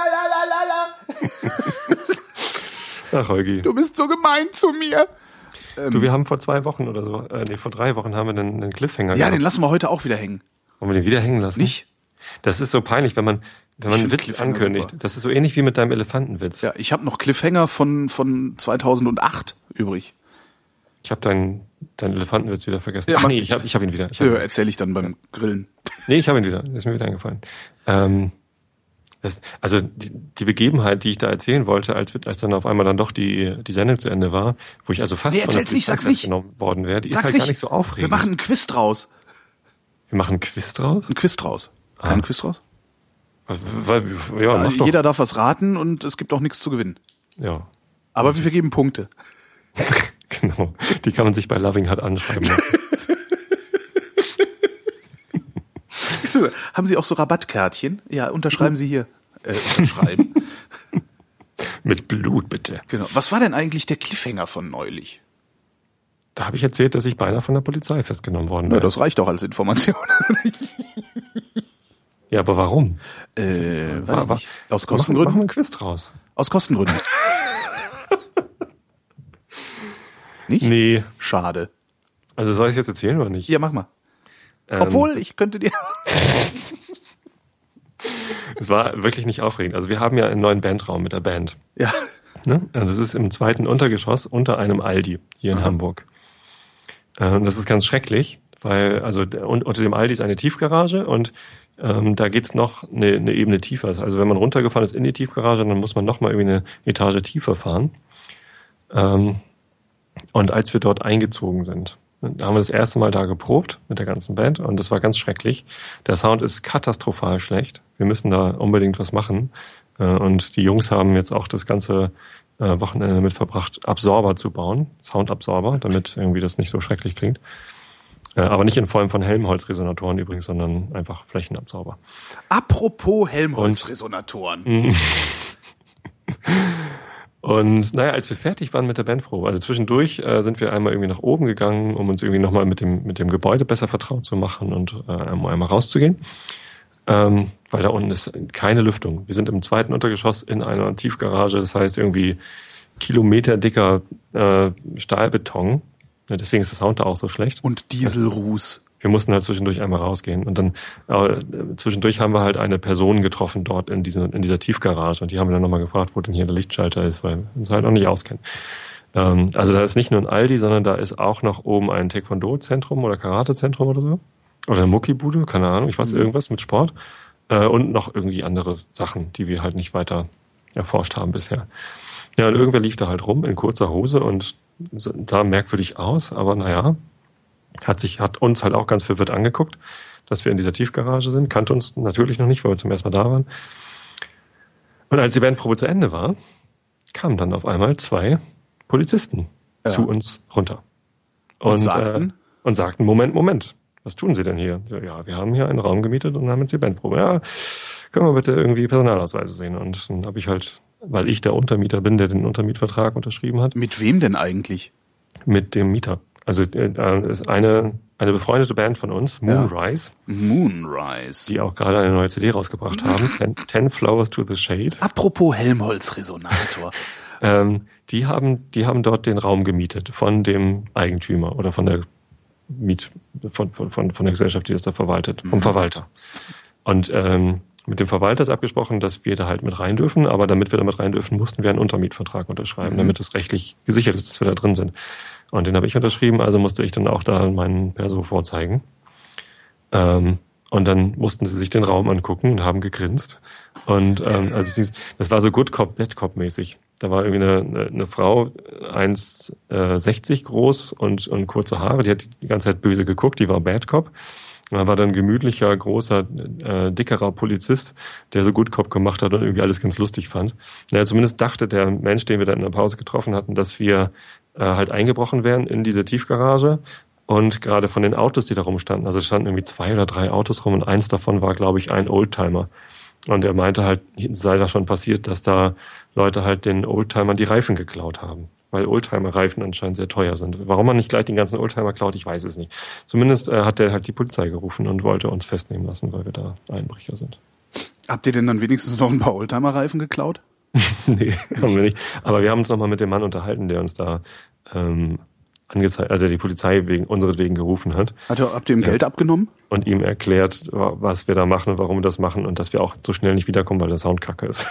Ach, Holgi. Du bist so gemein zu mir. Du, wir haben vor 2 Wochen oder so, vor 3 Wochen haben wir einen Cliffhanger Ja, den lassen wir heute auch wieder hängen. Wollen wir den wieder hängen lassen? Nicht? Das ist so peinlich, wenn man einen Witz Cliffhanger ankündigt. super. Das ist so ähnlich wie mit deinem Elefantenwitz. Ja, ich habe noch Cliffhanger von 2008 übrig. Ich habe deinen Elefantenwitz wieder vergessen. Ja, Ach nee, ich hab ihn wieder. Erzähle ich dann beim Grillen. Nee, ich habe ihn wieder. Ist mir wieder eingefallen. Also die Begebenheit, die ich da erzählen wollte, als dann auf einmal dann doch die Sendung zu Ende war, wo ich also fast Nee, erzähl's nicht, sag's nicht. genommen worden wäre, die Sag's ist halt nicht. gar nicht so aufregend. Wir machen ein Quiz draus. Wir machen ein Quiz draus? Ein Quiz draus. Kein Quiz draus? Ja, mach doch. Jeder darf was raten und es gibt auch nichts zu gewinnen. Ja, Aber wir vergeben Punkte. genau. Die kann man sich bei Loving Hut anschreiben lassen. Haben Sie auch so Rabattkärtchen? Ja, unterschreiben Sie hier. Unterschreiben. Mit Blut, bitte. Genau. Was war denn eigentlich der Cliffhanger von neulich? Da habe ich erzählt, dass ich beinahe von der Polizei festgenommen worden Ja, wäre. das reicht doch als Information. Ja, aber warum? Weiß ich nicht. Aus Kostengründen? Machen wir einen Quiz draus. Aus Kostengründen. Nicht? Nee. Schade. Also soll ich es jetzt erzählen oder nicht? Ja, mach mal. Obwohl, ich könnte dir... Es war wirklich nicht aufregend. Also wir haben ja einen neuen Bandraum mit der Band. Ja. Ne? Also es ist im 2. Untergeschoss unter einem Aldi hier in Hamburg. Das ist ganz schrecklich, weil also unter dem Aldi ist eine Tiefgarage und da geht's noch eine Ebene tiefer. Also wenn man runtergefahren ist in die Tiefgarage, dann muss man nochmal irgendwie eine Etage tiefer fahren. Und als wir dort eingezogen sind, da haben wir das erste Mal da geprobt mit der ganzen Band und das war ganz schrecklich. Der Sound ist katastrophal schlecht. Wir müssen da unbedingt was machen. Und die Jungs haben jetzt auch das ganze Wochenende damit verbracht, Absorber zu bauen, Soundabsorber, damit irgendwie das nicht so schrecklich klingt. Aber nicht in Form von Helmholtz-Resonatoren übrigens, sondern einfach Flächenabsorber. Apropos Helmholtz-Resonatoren. Und naja, als wir fertig waren mit der Bandprobe, also zwischendurch sind wir einmal irgendwie nach oben gegangen, um uns irgendwie nochmal mit dem Gebäude besser vertraut zu machen und einmal rauszugehen. Weil da unten ist keine Lüftung. Wir sind im 2. Untergeschoss in einer Tiefgarage, das heißt irgendwie kilometerdicker Stahlbeton. Ja, deswegen ist der Sound da auch so schlecht. Und Dieselruß. Wir mussten halt zwischendurch einmal rausgehen. Und dann zwischendurch haben wir halt eine Person getroffen dort in dieser Tiefgarage. Und die haben wir dann nochmal gefragt, wo denn hier der Lichtschalter ist, weil wir uns halt noch nicht auskennen. Also da ist nicht nur ein Aldi, sondern da ist auch noch oben ein Taekwondo-Zentrum oder Karate-Zentrum oder so. Oder eine Muckibude, keine Ahnung, ich weiß irgendwas mit Sport. Und noch irgendwie andere Sachen, die wir halt nicht weiter erforscht haben bisher. Ja, und irgendwer lief da halt rum in kurzer Hose und sah merkwürdig aus, aber naja, hat uns halt auch ganz verwirrt angeguckt, dass wir in dieser Tiefgarage sind, kannte uns natürlich noch nicht, weil wir zum ersten Mal da waren. Und als die Bandprobe zu Ende war, kamen dann auf einmal 2 Polizisten zu uns runter. Und sagten, Moment, was tun Sie denn hier? Ja, wir haben hier einen Raum gemietet und haben jetzt die Bandprobe. Ja, können wir bitte irgendwie Personalausweise sehen? Und dann habe ich halt, weil ich der Untermieter bin, der den Untermietvertrag unterschrieben hat. Mit wem denn eigentlich? Mit dem Mieter. Also ist eine befreundete Band von uns, Moonrise. Ja. Moonrise. Die auch gerade eine neue CD rausgebracht haben, 10 Flowers to the Shade. Apropos Helmholtz-Resonator. Die haben dort den Raum gemietet von dem Eigentümer oder von der von der Gesellschaft, die das da verwaltet, vom Verwalter. Und mit dem Verwalter ist abgesprochen, dass wir da halt mit rein dürfen, aber damit wir da mit rein dürfen, mussten wir einen Untermietvertrag unterschreiben, damit es rechtlich gesichert ist, dass wir da drin sind. Und den habe ich unterschrieben, also musste ich dann auch da meinen Perso vorzeigen. Und dann mussten sie sich den Raum angucken und haben gegrinst. Und also das war so Good Cop, Bad Cop mäßig. Da war irgendwie eine Frau, 1,60 groß und kurze Haare, die hat die ganze Zeit böse geguckt, die war Bad Cop. Und dann war dann ein gemütlicher, großer, dickerer Polizist, der so Good Cop gemacht hat und irgendwie alles ganz lustig fand. Ja, zumindest dachte der Mensch, den wir da in der Pause getroffen hatten, dass wir halt eingebrochen wären in diese Tiefgarage. Und gerade von den Autos, die da rumstanden, also es standen irgendwie 2 oder 3 Autos rum und eins davon war, glaube ich, ein Oldtimer. Und er meinte halt, sei da schon passiert, dass da Leute halt den Oldtimern die Reifen geklaut haben. weil Oldtimer-Reifen anscheinend sehr teuer sind. Warum man nicht gleich den ganzen Oldtimer klaut, ich weiß es nicht. Zumindest hat er halt die Polizei gerufen und wollte uns festnehmen lassen, weil wir da Einbrecher sind. Habt ihr denn dann wenigstens noch ein paar Oldtimer-Reifen geklaut? Nee, haben wir nicht. Aber wir haben uns nochmal mit dem Mann unterhalten, der uns da angezeigt, also die Polizei unseretwegen gerufen hat. Habt ihr ihm Geld abgenommen? Und ihm erklärt, was wir da machen und warum wir das machen und dass wir auch so schnell nicht wiederkommen, weil der Sound kacke ist.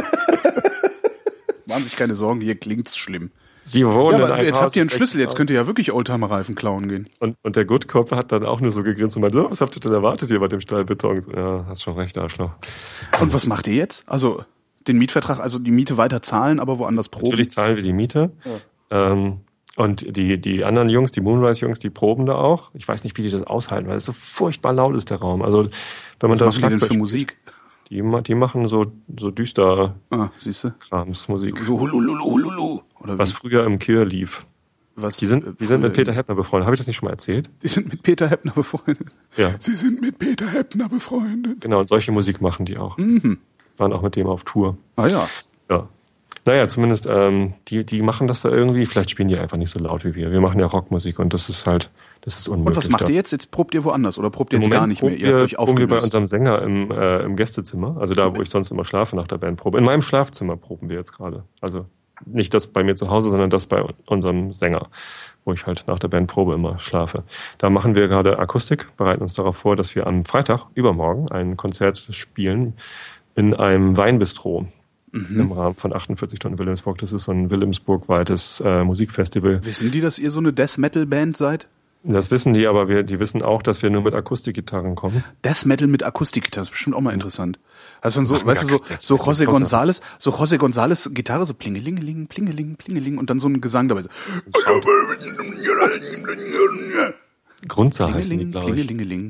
Machen sich keine Sorgen, hier klingt's schlimm. Sie wohnen aber jetzt habt ihr einen Schlüssel, jetzt könnt ihr ja wirklich Oldtimer-Reifen klauen gehen. Und der Good Cop hat dann auch nur so gegrinst und meinte, was habt ihr denn erwartet hier bei dem Stahlbeton? So, ja, hast schon recht, Arschloch. Und was macht ihr jetzt? Also den Mietvertrag, also die Miete weiter zahlen, aber woanders proben? Natürlich zahlen wir die Miete. Ja. Und die anderen Jungs, die Moonrise-Jungs, die proben da auch. Ich weiß nicht, wie die das aushalten, weil es so furchtbar laut ist, der Raum. Also wenn man was machen die denn für Musik? Die machen so düster Krams-Musik. So Hulululu. Oder was früher im Kirr lief. Die sind mit Peter Heppner befreundet. Habe ich das nicht schon mal erzählt? Die sind mit Peter Heppner befreundet. Ja. Sie sind mit Peter Heppner befreundet. Genau, und solche Musik machen die auch. Mhm. Waren auch mit dem auf Tour. Ah ja. Ja. Naja, zumindest die machen das da irgendwie. Vielleicht spielen die einfach nicht so laut wie wir. Wir machen ja Rockmusik und das ist unmöglich. Und was macht ihr jetzt? Jetzt probt ihr woanders oder probt ihr jetzt gar nicht mehr? Ihr habt euch proben wir bei unserem Sänger im Gästezimmer, also da, wo ich sonst immer schlafe nach der Bandprobe. In meinem Schlafzimmer proben wir jetzt gerade. Also nicht das bei mir zu Hause, sondern das bei unserem Sänger, wo ich halt nach der Bandprobe immer schlafe. Da machen wir gerade Akustik, bereiten uns darauf vor, dass wir am Freitag, übermorgen, ein Konzert spielen in einem Weinbistro. Im Rahmen von 48 Stunden Wilhelmsburg. Das ist so ein Wilhelmsburg-weites Musikfestival. Wissen die, dass ihr so eine Death-Metal-Band seid? Das wissen die, aber die wissen auch, dass wir nur mit Akustikgitarren kommen. Death Metal mit Akustikgitarre ist bestimmt auch mal interessant. Also so, weißt du, so José González Gitarre, so plingelingeling, plingeling, plingeling und dann so ein Gesang dabei. So. Grundsache heißen die, glaube ich. Plingelingeling.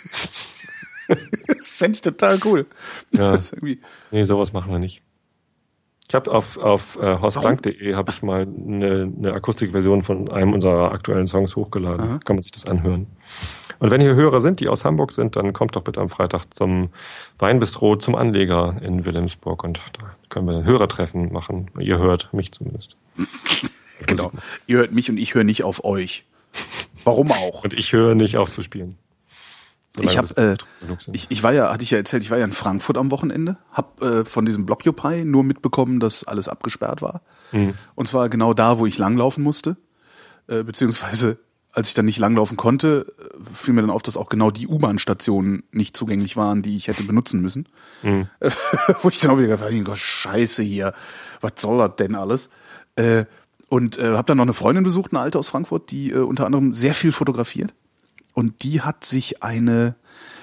Das fände ich total cool. Ja. Nee, sowas machen wir nicht. Ich habe auf horstblank.de habe ich mal eine Akustikversion von einem unserer aktuellen Songs hochgeladen. Aha. Kann man sich das anhören. Und wenn hier Hörer sind, die aus Hamburg sind, dann kommt doch bitte am Freitag zum Weinbistro, zum Anleger in Wilhelmsburg und da können wir ein Hörertreffen machen. Ihr hört mich zumindest. Genau. Ihr hört mich und ich höre nicht auf euch. Warum auch? Und ich höre nicht auf zu spielen. Ich war ja in Frankfurt am Wochenende, hab von diesem Blockupy nur mitbekommen, dass alles abgesperrt war. Mhm. Und zwar genau da, wo ich langlaufen musste, beziehungsweise als ich dann nicht langlaufen konnte, fiel mir dann auf, dass auch genau die U-Bahn-Stationen nicht zugänglich waren, die ich hätte benutzen müssen. Mhm. Wo ich dann auch wieder gedacht habe, Scheiße hier, was soll das denn alles? Und habe dann noch eine Freundin besucht, eine Alte aus Frankfurt, die unter anderem sehr viel fotografiert. Und die hat sich eine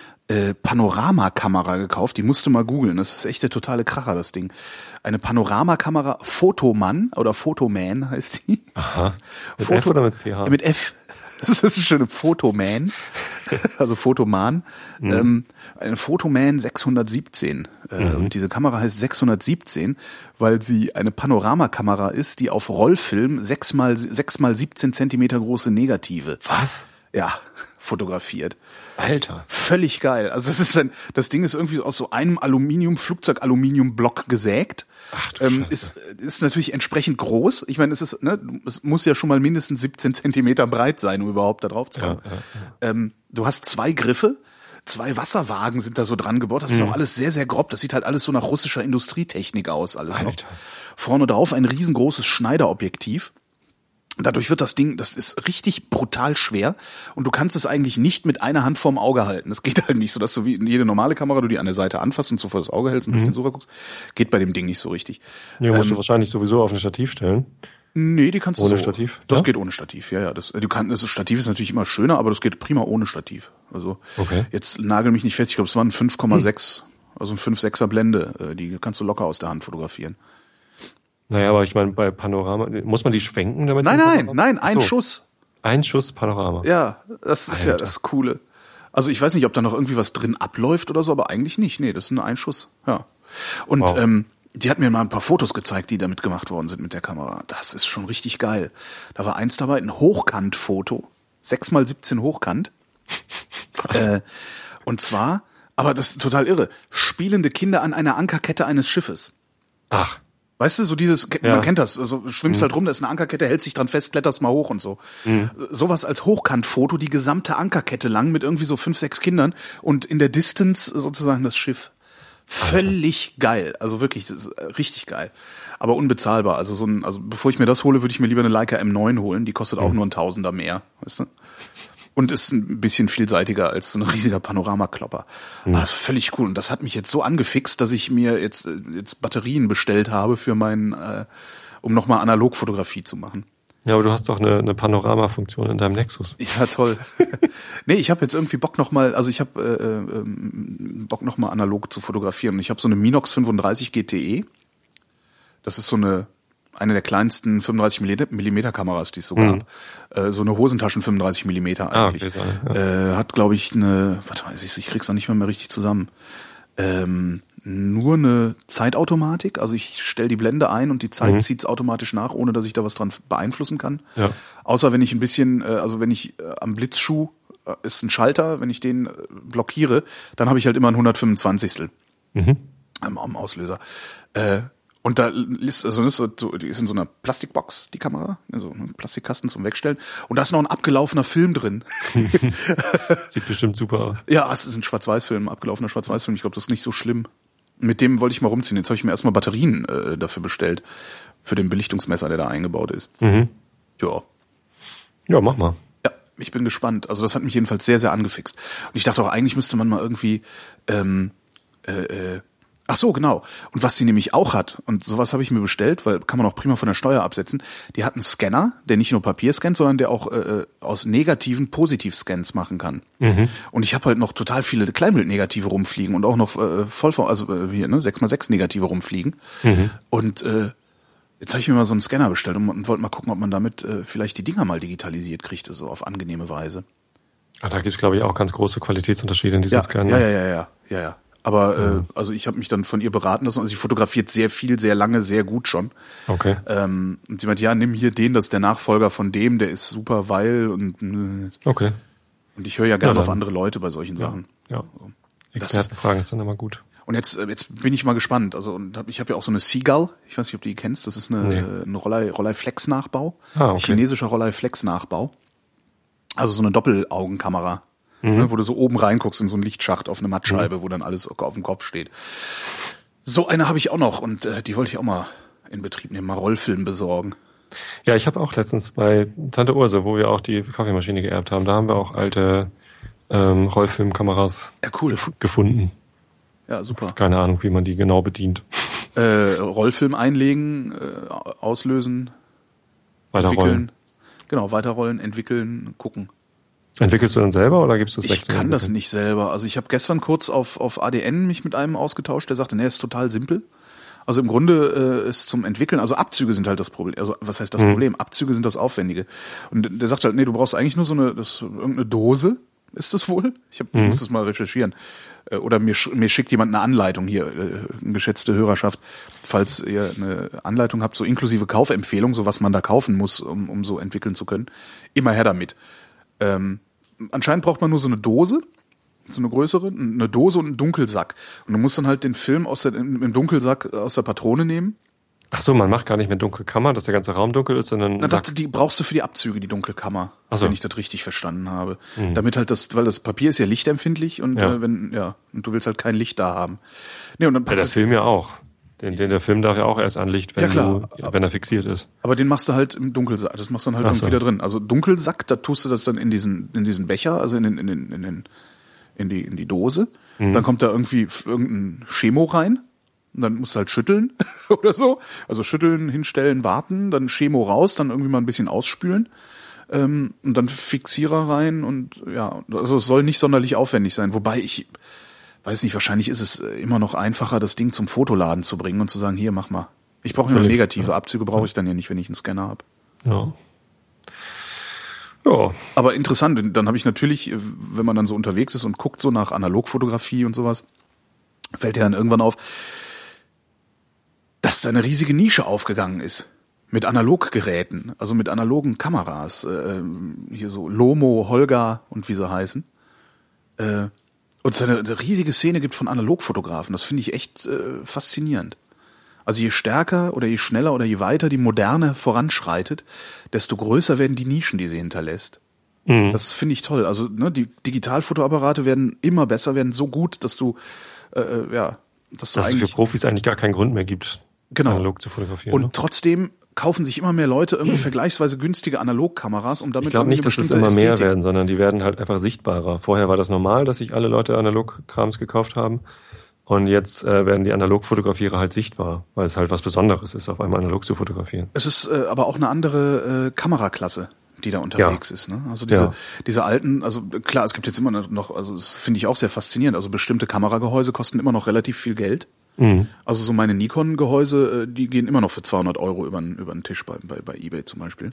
Panoramakamera gekauft. Die musste mal googeln. Das ist echt der totale Kracher, das Ding. Eine Panoramakamera Photoman oder Photoman heißt die. Aha. Mit F oder mit PH? Mit F. Das ist eine schöne Photoman. Also Photoman. Mhm. Eine Photoman 617. Und diese Kamera heißt 617, weil sie eine Panoramakamera ist, die auf Rollfilm 6 mal 17 Zentimeter große Negative. Was? Ja, fotografiert. Alter. Völlig geil. Also das Ding ist irgendwie aus so einem Flugzeug-Aluminium-Block gesägt. Ach du Scheiße. Ist natürlich entsprechend groß. Ich meine, es muss ja schon mal mindestens 17 Zentimeter breit sein, um überhaupt da drauf zu kommen. Ja. Du hast 2 Griffe, 2 Wasserwagen sind da so dran gebaut. Das ist auch alles sehr, sehr grob. Das sieht halt alles so nach russischer Industrietechnik aus, alles Alter. Noch. Vorne drauf ein riesengroßes Schneiderobjektiv. Dadurch wird das Ding, das ist richtig brutal schwer und du kannst es eigentlich nicht mit einer Hand vorm Auge halten. Das geht halt nicht so, dass du wie jede normale Kamera, du die an der Seite anfasst und so vor das Auge hältst und durch den Sucher guckst. Geht bei dem Ding nicht so richtig. Ja, musst du wahrscheinlich sowieso auf ein Stativ stellen. Nee, die kannst du ohne Stativ? Das geht ohne Stativ, ja. Das Stativ ist natürlich immer schöner, aber das geht prima ohne Stativ. Also Jetzt nagel mich nicht fest, ich glaube, es waren 5,6, also ein 5,6er Blende. Die kannst du locker aus der Hand fotografieren. Naja, aber ich meine, bei Panorama, muss man die schwenken damit? Nein, ein Schuss. Ein Schuss Panorama. Ja, das ist ja das Coole. Also ich weiß nicht, ob da noch irgendwie was drin abläuft oder so, aber eigentlich nicht. Nee, das ist nur ein Schuss. Ja. Und wow. Die hat mir mal ein paar Fotos gezeigt, die damit gemacht worden sind mit der Kamera. Das ist schon richtig geil. Da war eins dabei, ein Hochkant-Foto. 6x17 Hochkant. Und zwar, aber das ist total irre, spielende Kinder an einer Ankerkette eines Schiffes. Ach. Weißt du, so dieses, man kennt das, also schwimmst halt rum, da ist eine Ankerkette, hältst dich dran fest, kletterst mal hoch und so. Sowas als Hochkantfoto, die gesamte Ankerkette lang mit irgendwie so 5, 6 Kindern und in der Distance sozusagen das Schiff. Völlig geil, also wirklich, das ist richtig geil. Aber unbezahlbar, also bevor ich mir das hole, würde ich mir lieber eine Leica M9 holen, die kostet auch nur ein Tausender mehr, weißt du? Und ist ein bisschen vielseitiger als so ein riesiger Panoramaklopper. Aber völlig cool. Und das hat mich jetzt so angefixt, dass ich mir jetzt Batterien bestellt habe für um nochmal Analogfotografie zu machen. Ja, aber du hast doch eine Panoramafunktion in deinem Nexus. Ja, toll. Nee, ich habe jetzt irgendwie Bock nochmal analog zu fotografieren. Ich habe so eine Minox 35 GTE. Das ist so eine der kleinsten 35 Millimeter Kameras, die es so gab. So eine Hosentaschen 35 Millimeter eigentlich. Okay, so eine, ja. Hat, glaube ich, warte mal, ich krieg's noch nicht mal mehr richtig zusammen. Nur eine Zeitautomatik, also ich stelle die Blende ein und die Zeit zieht's automatisch nach, ohne dass ich da was dran beeinflussen kann. Ja. Außer wenn ich ein bisschen, wenn ich am Blitzschuh ist ein Schalter, wenn ich den blockiere, dann habe ich halt immer ein 125. Am Auslöser. Und da ist, die ist in so einer Plastikbox, die Kamera, so ein Plastikkasten zum Wegstellen. Und da ist noch ein abgelaufener Film drin. Sieht bestimmt super aus. Ja, es ist ein Schwarz-Weiß-Film, abgelaufener Schwarz-Weiß-Film. Ich glaube, das ist nicht so schlimm. Mit dem wollte ich mal rumziehen. Jetzt habe ich mir erstmal Batterien dafür bestellt. Für den Belichtungsmesser, der da eingebaut ist. Ja. Ja, mach mal. Ja, ich bin gespannt. Also das hat mich jedenfalls sehr, sehr angefixt. Und ich dachte auch, eigentlich müsste man mal irgendwie ach so, genau. Und was sie nämlich auch hat, und sowas habe ich mir bestellt, weil kann man auch prima von der Steuer absetzen, die hat einen Scanner, der nicht nur Papier scannt, sondern der auch aus negativen Positiv-Scans machen kann. Und ich habe halt noch total viele Kleinbildnegative rumfliegen und auch noch hier 6x6 Negative rumfliegen. Und jetzt habe ich mir mal so einen Scanner bestellt und wollte mal gucken, ob man damit vielleicht die Dinger mal digitalisiert kriegt, so auf angenehme Weise. Ah, da gibt's glaube ich auch ganz große Qualitätsunterschiede in diesen Scanner. Ja. Aber also ich habe mich dann von ihr beraten lassen. Also sie fotografiert sehr viel, sehr lange, sehr gut schon. Okay. Und sie meint, ja, nimm hier den, das ist der Nachfolger von dem, der ist super, weil und okay. Und ich höre ja gerne auf andere Leute bei solchen Sachen. Ja. Expertenfragen ist dann immer gut. Und jetzt bin ich mal gespannt. Also ich habe ja auch so eine Seagull. Ich weiß nicht, ob du die kennst. Das ist ein Rolleiflex-Nachbau. Okay. Chinesischer Rolleiflex-Nachbau. Also so eine Doppelaugenkamera. Wo du so oben reinguckst in so einen Lichtschacht auf eine Mattscheibe, wo dann alles auf dem Kopf steht. So eine habe ich auch noch und die wollte ich auch mal in Betrieb nehmen, mal Rollfilm besorgen. Ja, ich habe auch letztens bei Tante Urse, wo wir auch die Kaffeemaschine geerbt haben, da haben wir auch alte Rollfilmkameras gefunden. Ja, super. Keine Ahnung, wie man die genau bedient. Rollfilm einlegen, auslösen, weiterrollen. Genau, weiterrollen, entwickeln, gucken. Entwickelst du dann selber oder gibst du es weg? Ich kann das nicht selber. Also ich habe gestern kurz auf ADN mich mit einem ausgetauscht, der sagte, ist total simpel. Also im Grunde ist zum Entwickeln, also Abzüge sind halt das Problem. Also was heißt das Problem? Abzüge sind das Aufwendige. Und der sagt halt, du brauchst eigentlich nur irgendeine Dose, ist das wohl? Ich muss das mal recherchieren. Oder mir schickt jemand eine Anleitung hier, geschätzte Hörerschaft, falls ihr eine Anleitung habt, so inklusive Kaufempfehlung, so was man da kaufen muss, um so entwickeln zu können. Immer her damit. Anscheinend braucht man nur so eine Dose, so eine größere, eine Dose und einen Dunkelsack. Und du musst dann halt den Film im Dunkelsack aus der Patrone nehmen. Ach so, man macht gar nicht mehr Dunkelkammer, dass der ganze Raum dunkel ist, sondern... Die brauchst du für die Abzüge, die Dunkelkammer, wenn ich das richtig verstanden habe. Damit halt weil das Papier ist ja lichtempfindlich und und du willst halt kein Licht da haben. Nee, und dann der Film ja auch. Der Film darf ja auch erst an Licht, wenn er fixiert ist. Aber den machst du halt im Dunkelsack. Das machst du dann halt irgendwie da drin. Also Dunkelsack, da tust du das dann in diesen Becher, also in die Dose. Dann kommt da irgendwie irgendein Chemo rein. Und dann musst du halt schütteln oder so. Also schütteln, hinstellen, warten, dann Chemo raus, dann irgendwie mal ein bisschen ausspülen. Und dann Fixierer rein und also es soll nicht sonderlich aufwendig sein. Wobei ich weiß nicht, wahrscheinlich ist es immer noch einfacher, das Ding zum Fotoladen zu bringen und zu sagen, hier, mach mal. Ich brauche nur negative Abzüge, brauche ich dann ja nicht, wenn ich einen Scanner habe. Ja. Aber interessant, dann habe ich natürlich, wenn man dann so unterwegs ist und guckt so nach Analogfotografie und sowas, fällt dir dann irgendwann auf, dass da eine riesige Nische aufgegangen ist. Mit Analoggeräten, also mit analogen Kameras. Hier so Lomo, Holga und wie sie heißen. Und es eine riesige Szene gibt von Analogfotografen. Das finde ich echt faszinierend. Also je stärker oder je schneller oder je weiter die Moderne voranschreitet, desto größer werden die Nischen, die sie hinterlässt. Das finde ich toll. Also die Digitalfotoapparate werden immer besser, werden so gut, dass du dass es für Profis eigentlich gar keinen Grund mehr gibt, analog zu fotografieren. Und trotzdem kaufen sich immer mehr Leute irgendwie vergleichsweise günstige Analogkameras, um damit ich glaube nicht, dass es immer mehr werden, sondern die werden halt einfach sichtbarer. Vorher war das normal, dass sich alle Leute Analogkrams gekauft haben. Und jetzt werden die Analogfotografierer halt sichtbar, weil es halt was Besonderes ist, auf einmal analog zu fotografieren. Es ist aber auch eine andere Kameraklasse, die da unterwegs ist. Ne? Also diese alten, also klar, es gibt jetzt immer noch, also das finde ich auch sehr faszinierend, also bestimmte Kameragehäuse kosten immer noch relativ viel Geld. Also so meine Nikon-Gehäuse, die gehen immer noch für 200 € über den Tisch bei eBay zum Beispiel.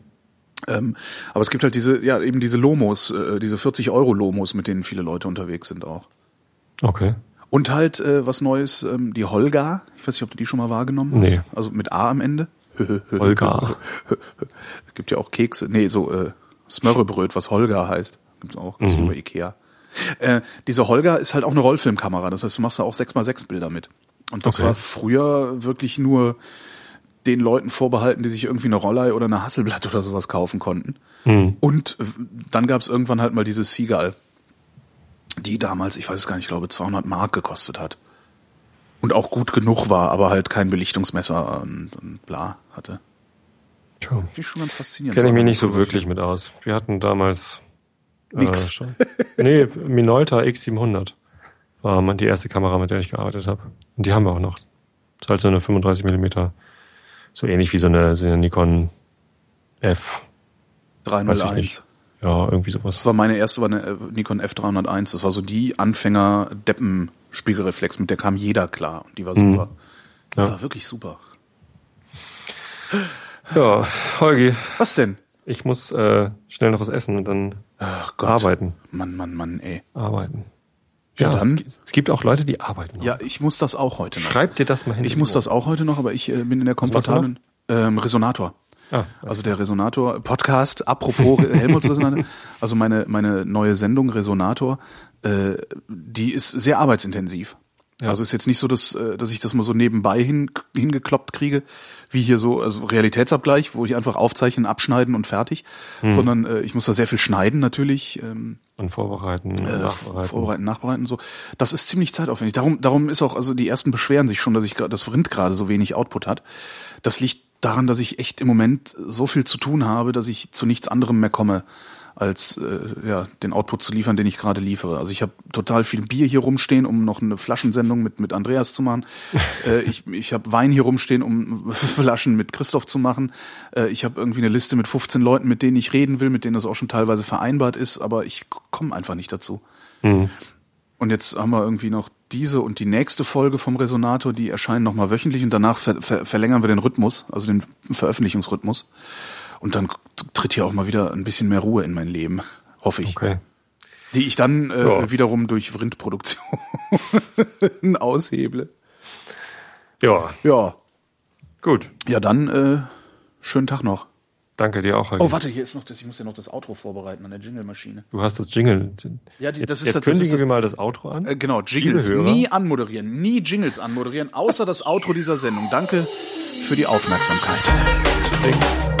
Aber es gibt halt diese Lomos, diese 40 € Lomos, mit denen viele Leute unterwegs sind auch. Okay. Und halt was Neues, die Holga. Ich weiß nicht, ob du die schon mal wahrgenommen hast. Nee. Also mit A am Ende. Holga. Es gibt ja auch Kekse. Nee, so Smørrebrød, was Holga heißt. Gibt's auch. Gibt's über Ikea. Diese Holga ist halt auch eine Rollfilmkamera. Das heißt, du machst da auch 6x6 Bilder mit. Und das war früher wirklich nur den Leuten vorbehalten, die sich irgendwie eine Rollei oder eine Hasselblatt oder sowas kaufen konnten. Und dann gab's irgendwann halt mal diese Seagull, die damals, ich weiß es gar nicht, ich glaube 200 Mark gekostet hat. Und auch gut genug war, aber halt kein Belichtungsmesser und bla hatte. Tja. Finde ich schon ganz faszinierend. Kenne ich mich nicht so wirklich mit aus. Wir hatten damals nix. Minolta X700 war die erste Kamera, mit der ich gearbeitet habe. Und die haben wir auch noch. Das ist halt so eine 35 mm, so ähnlich wie so eine Nikon F. 301. Ja, irgendwie sowas. Das war meine erste, war eine Nikon F301. Das war so die Anfänger-Deppen-Spiegelreflex, mit der kam jeder klar. Und die war super. Die war wirklich super. Ja, Holgi. Was denn? Ich muss schnell noch was essen und dann arbeiten. Mann, ey. Arbeiten. Ja, dann. Es gibt auch Leute, die arbeiten noch. Ja, ich muss das auch heute noch. Schreib dir das mal hin. Ich muss das auch heute noch, aber ich bin in der komfortablen Resonator. Also der Resonator-Podcast, apropos Helmholtz-Resonator, also meine neue Sendung Resonator, die ist sehr arbeitsintensiv. Ja. Also ist jetzt nicht so, dass ich das mal so nebenbei hingekloppt kriege, wie hier so, also Realitätsabgleich, wo ich einfach aufzeichnen, abschneiden und fertig, sondern ich muss da sehr viel schneiden natürlich. Und vorbereiten, nachbereiten, so. Das ist ziemlich zeitaufwendig. Darum ist auch, also die ersten beschweren sich schon, dass das Rind gerade so wenig Output hat. Das liegt daran, dass ich echt im Moment so viel zu tun habe, dass ich zu nichts anderem mehr komme, als den Output zu liefern, den ich gerade liefere. Also ich habe total viel Bier hier rumstehen, um noch eine Flaschensendung mit Andreas zu machen. Ich habe Wein hier rumstehen, um Flaschen mit Christoph zu machen. Ich habe irgendwie eine Liste mit 15 Leuten, mit denen ich reden will, mit denen das auch schon teilweise vereinbart ist, aber ich komme einfach nicht dazu. Und jetzt haben wir irgendwie noch diese und die nächste Folge vom Resonator, die erscheinen nochmal wöchentlich und danach verlängern wir den Rhythmus, also den Veröffentlichungsrhythmus. Und dann tritt hier auch mal wieder ein bisschen mehr Ruhe in mein Leben, hoffe ich. Okay. Die ich dann wiederum durch Rindproduktion ausheble. Ja. Ja. Gut. Ja, dann schönen Tag noch. Danke dir auch, Holgi. Oh, warte, hier ist noch ich muss ja noch das Outro vorbereiten an der Jingle-Maschine. Du hast das Jingle. Ja, jetzt kündigen wir mal das Outro an. Genau, Jingles. Nie anmoderieren, nie Jingles anmoderieren, außer das Outro dieser Sendung. Danke für die Aufmerksamkeit. Tschüss.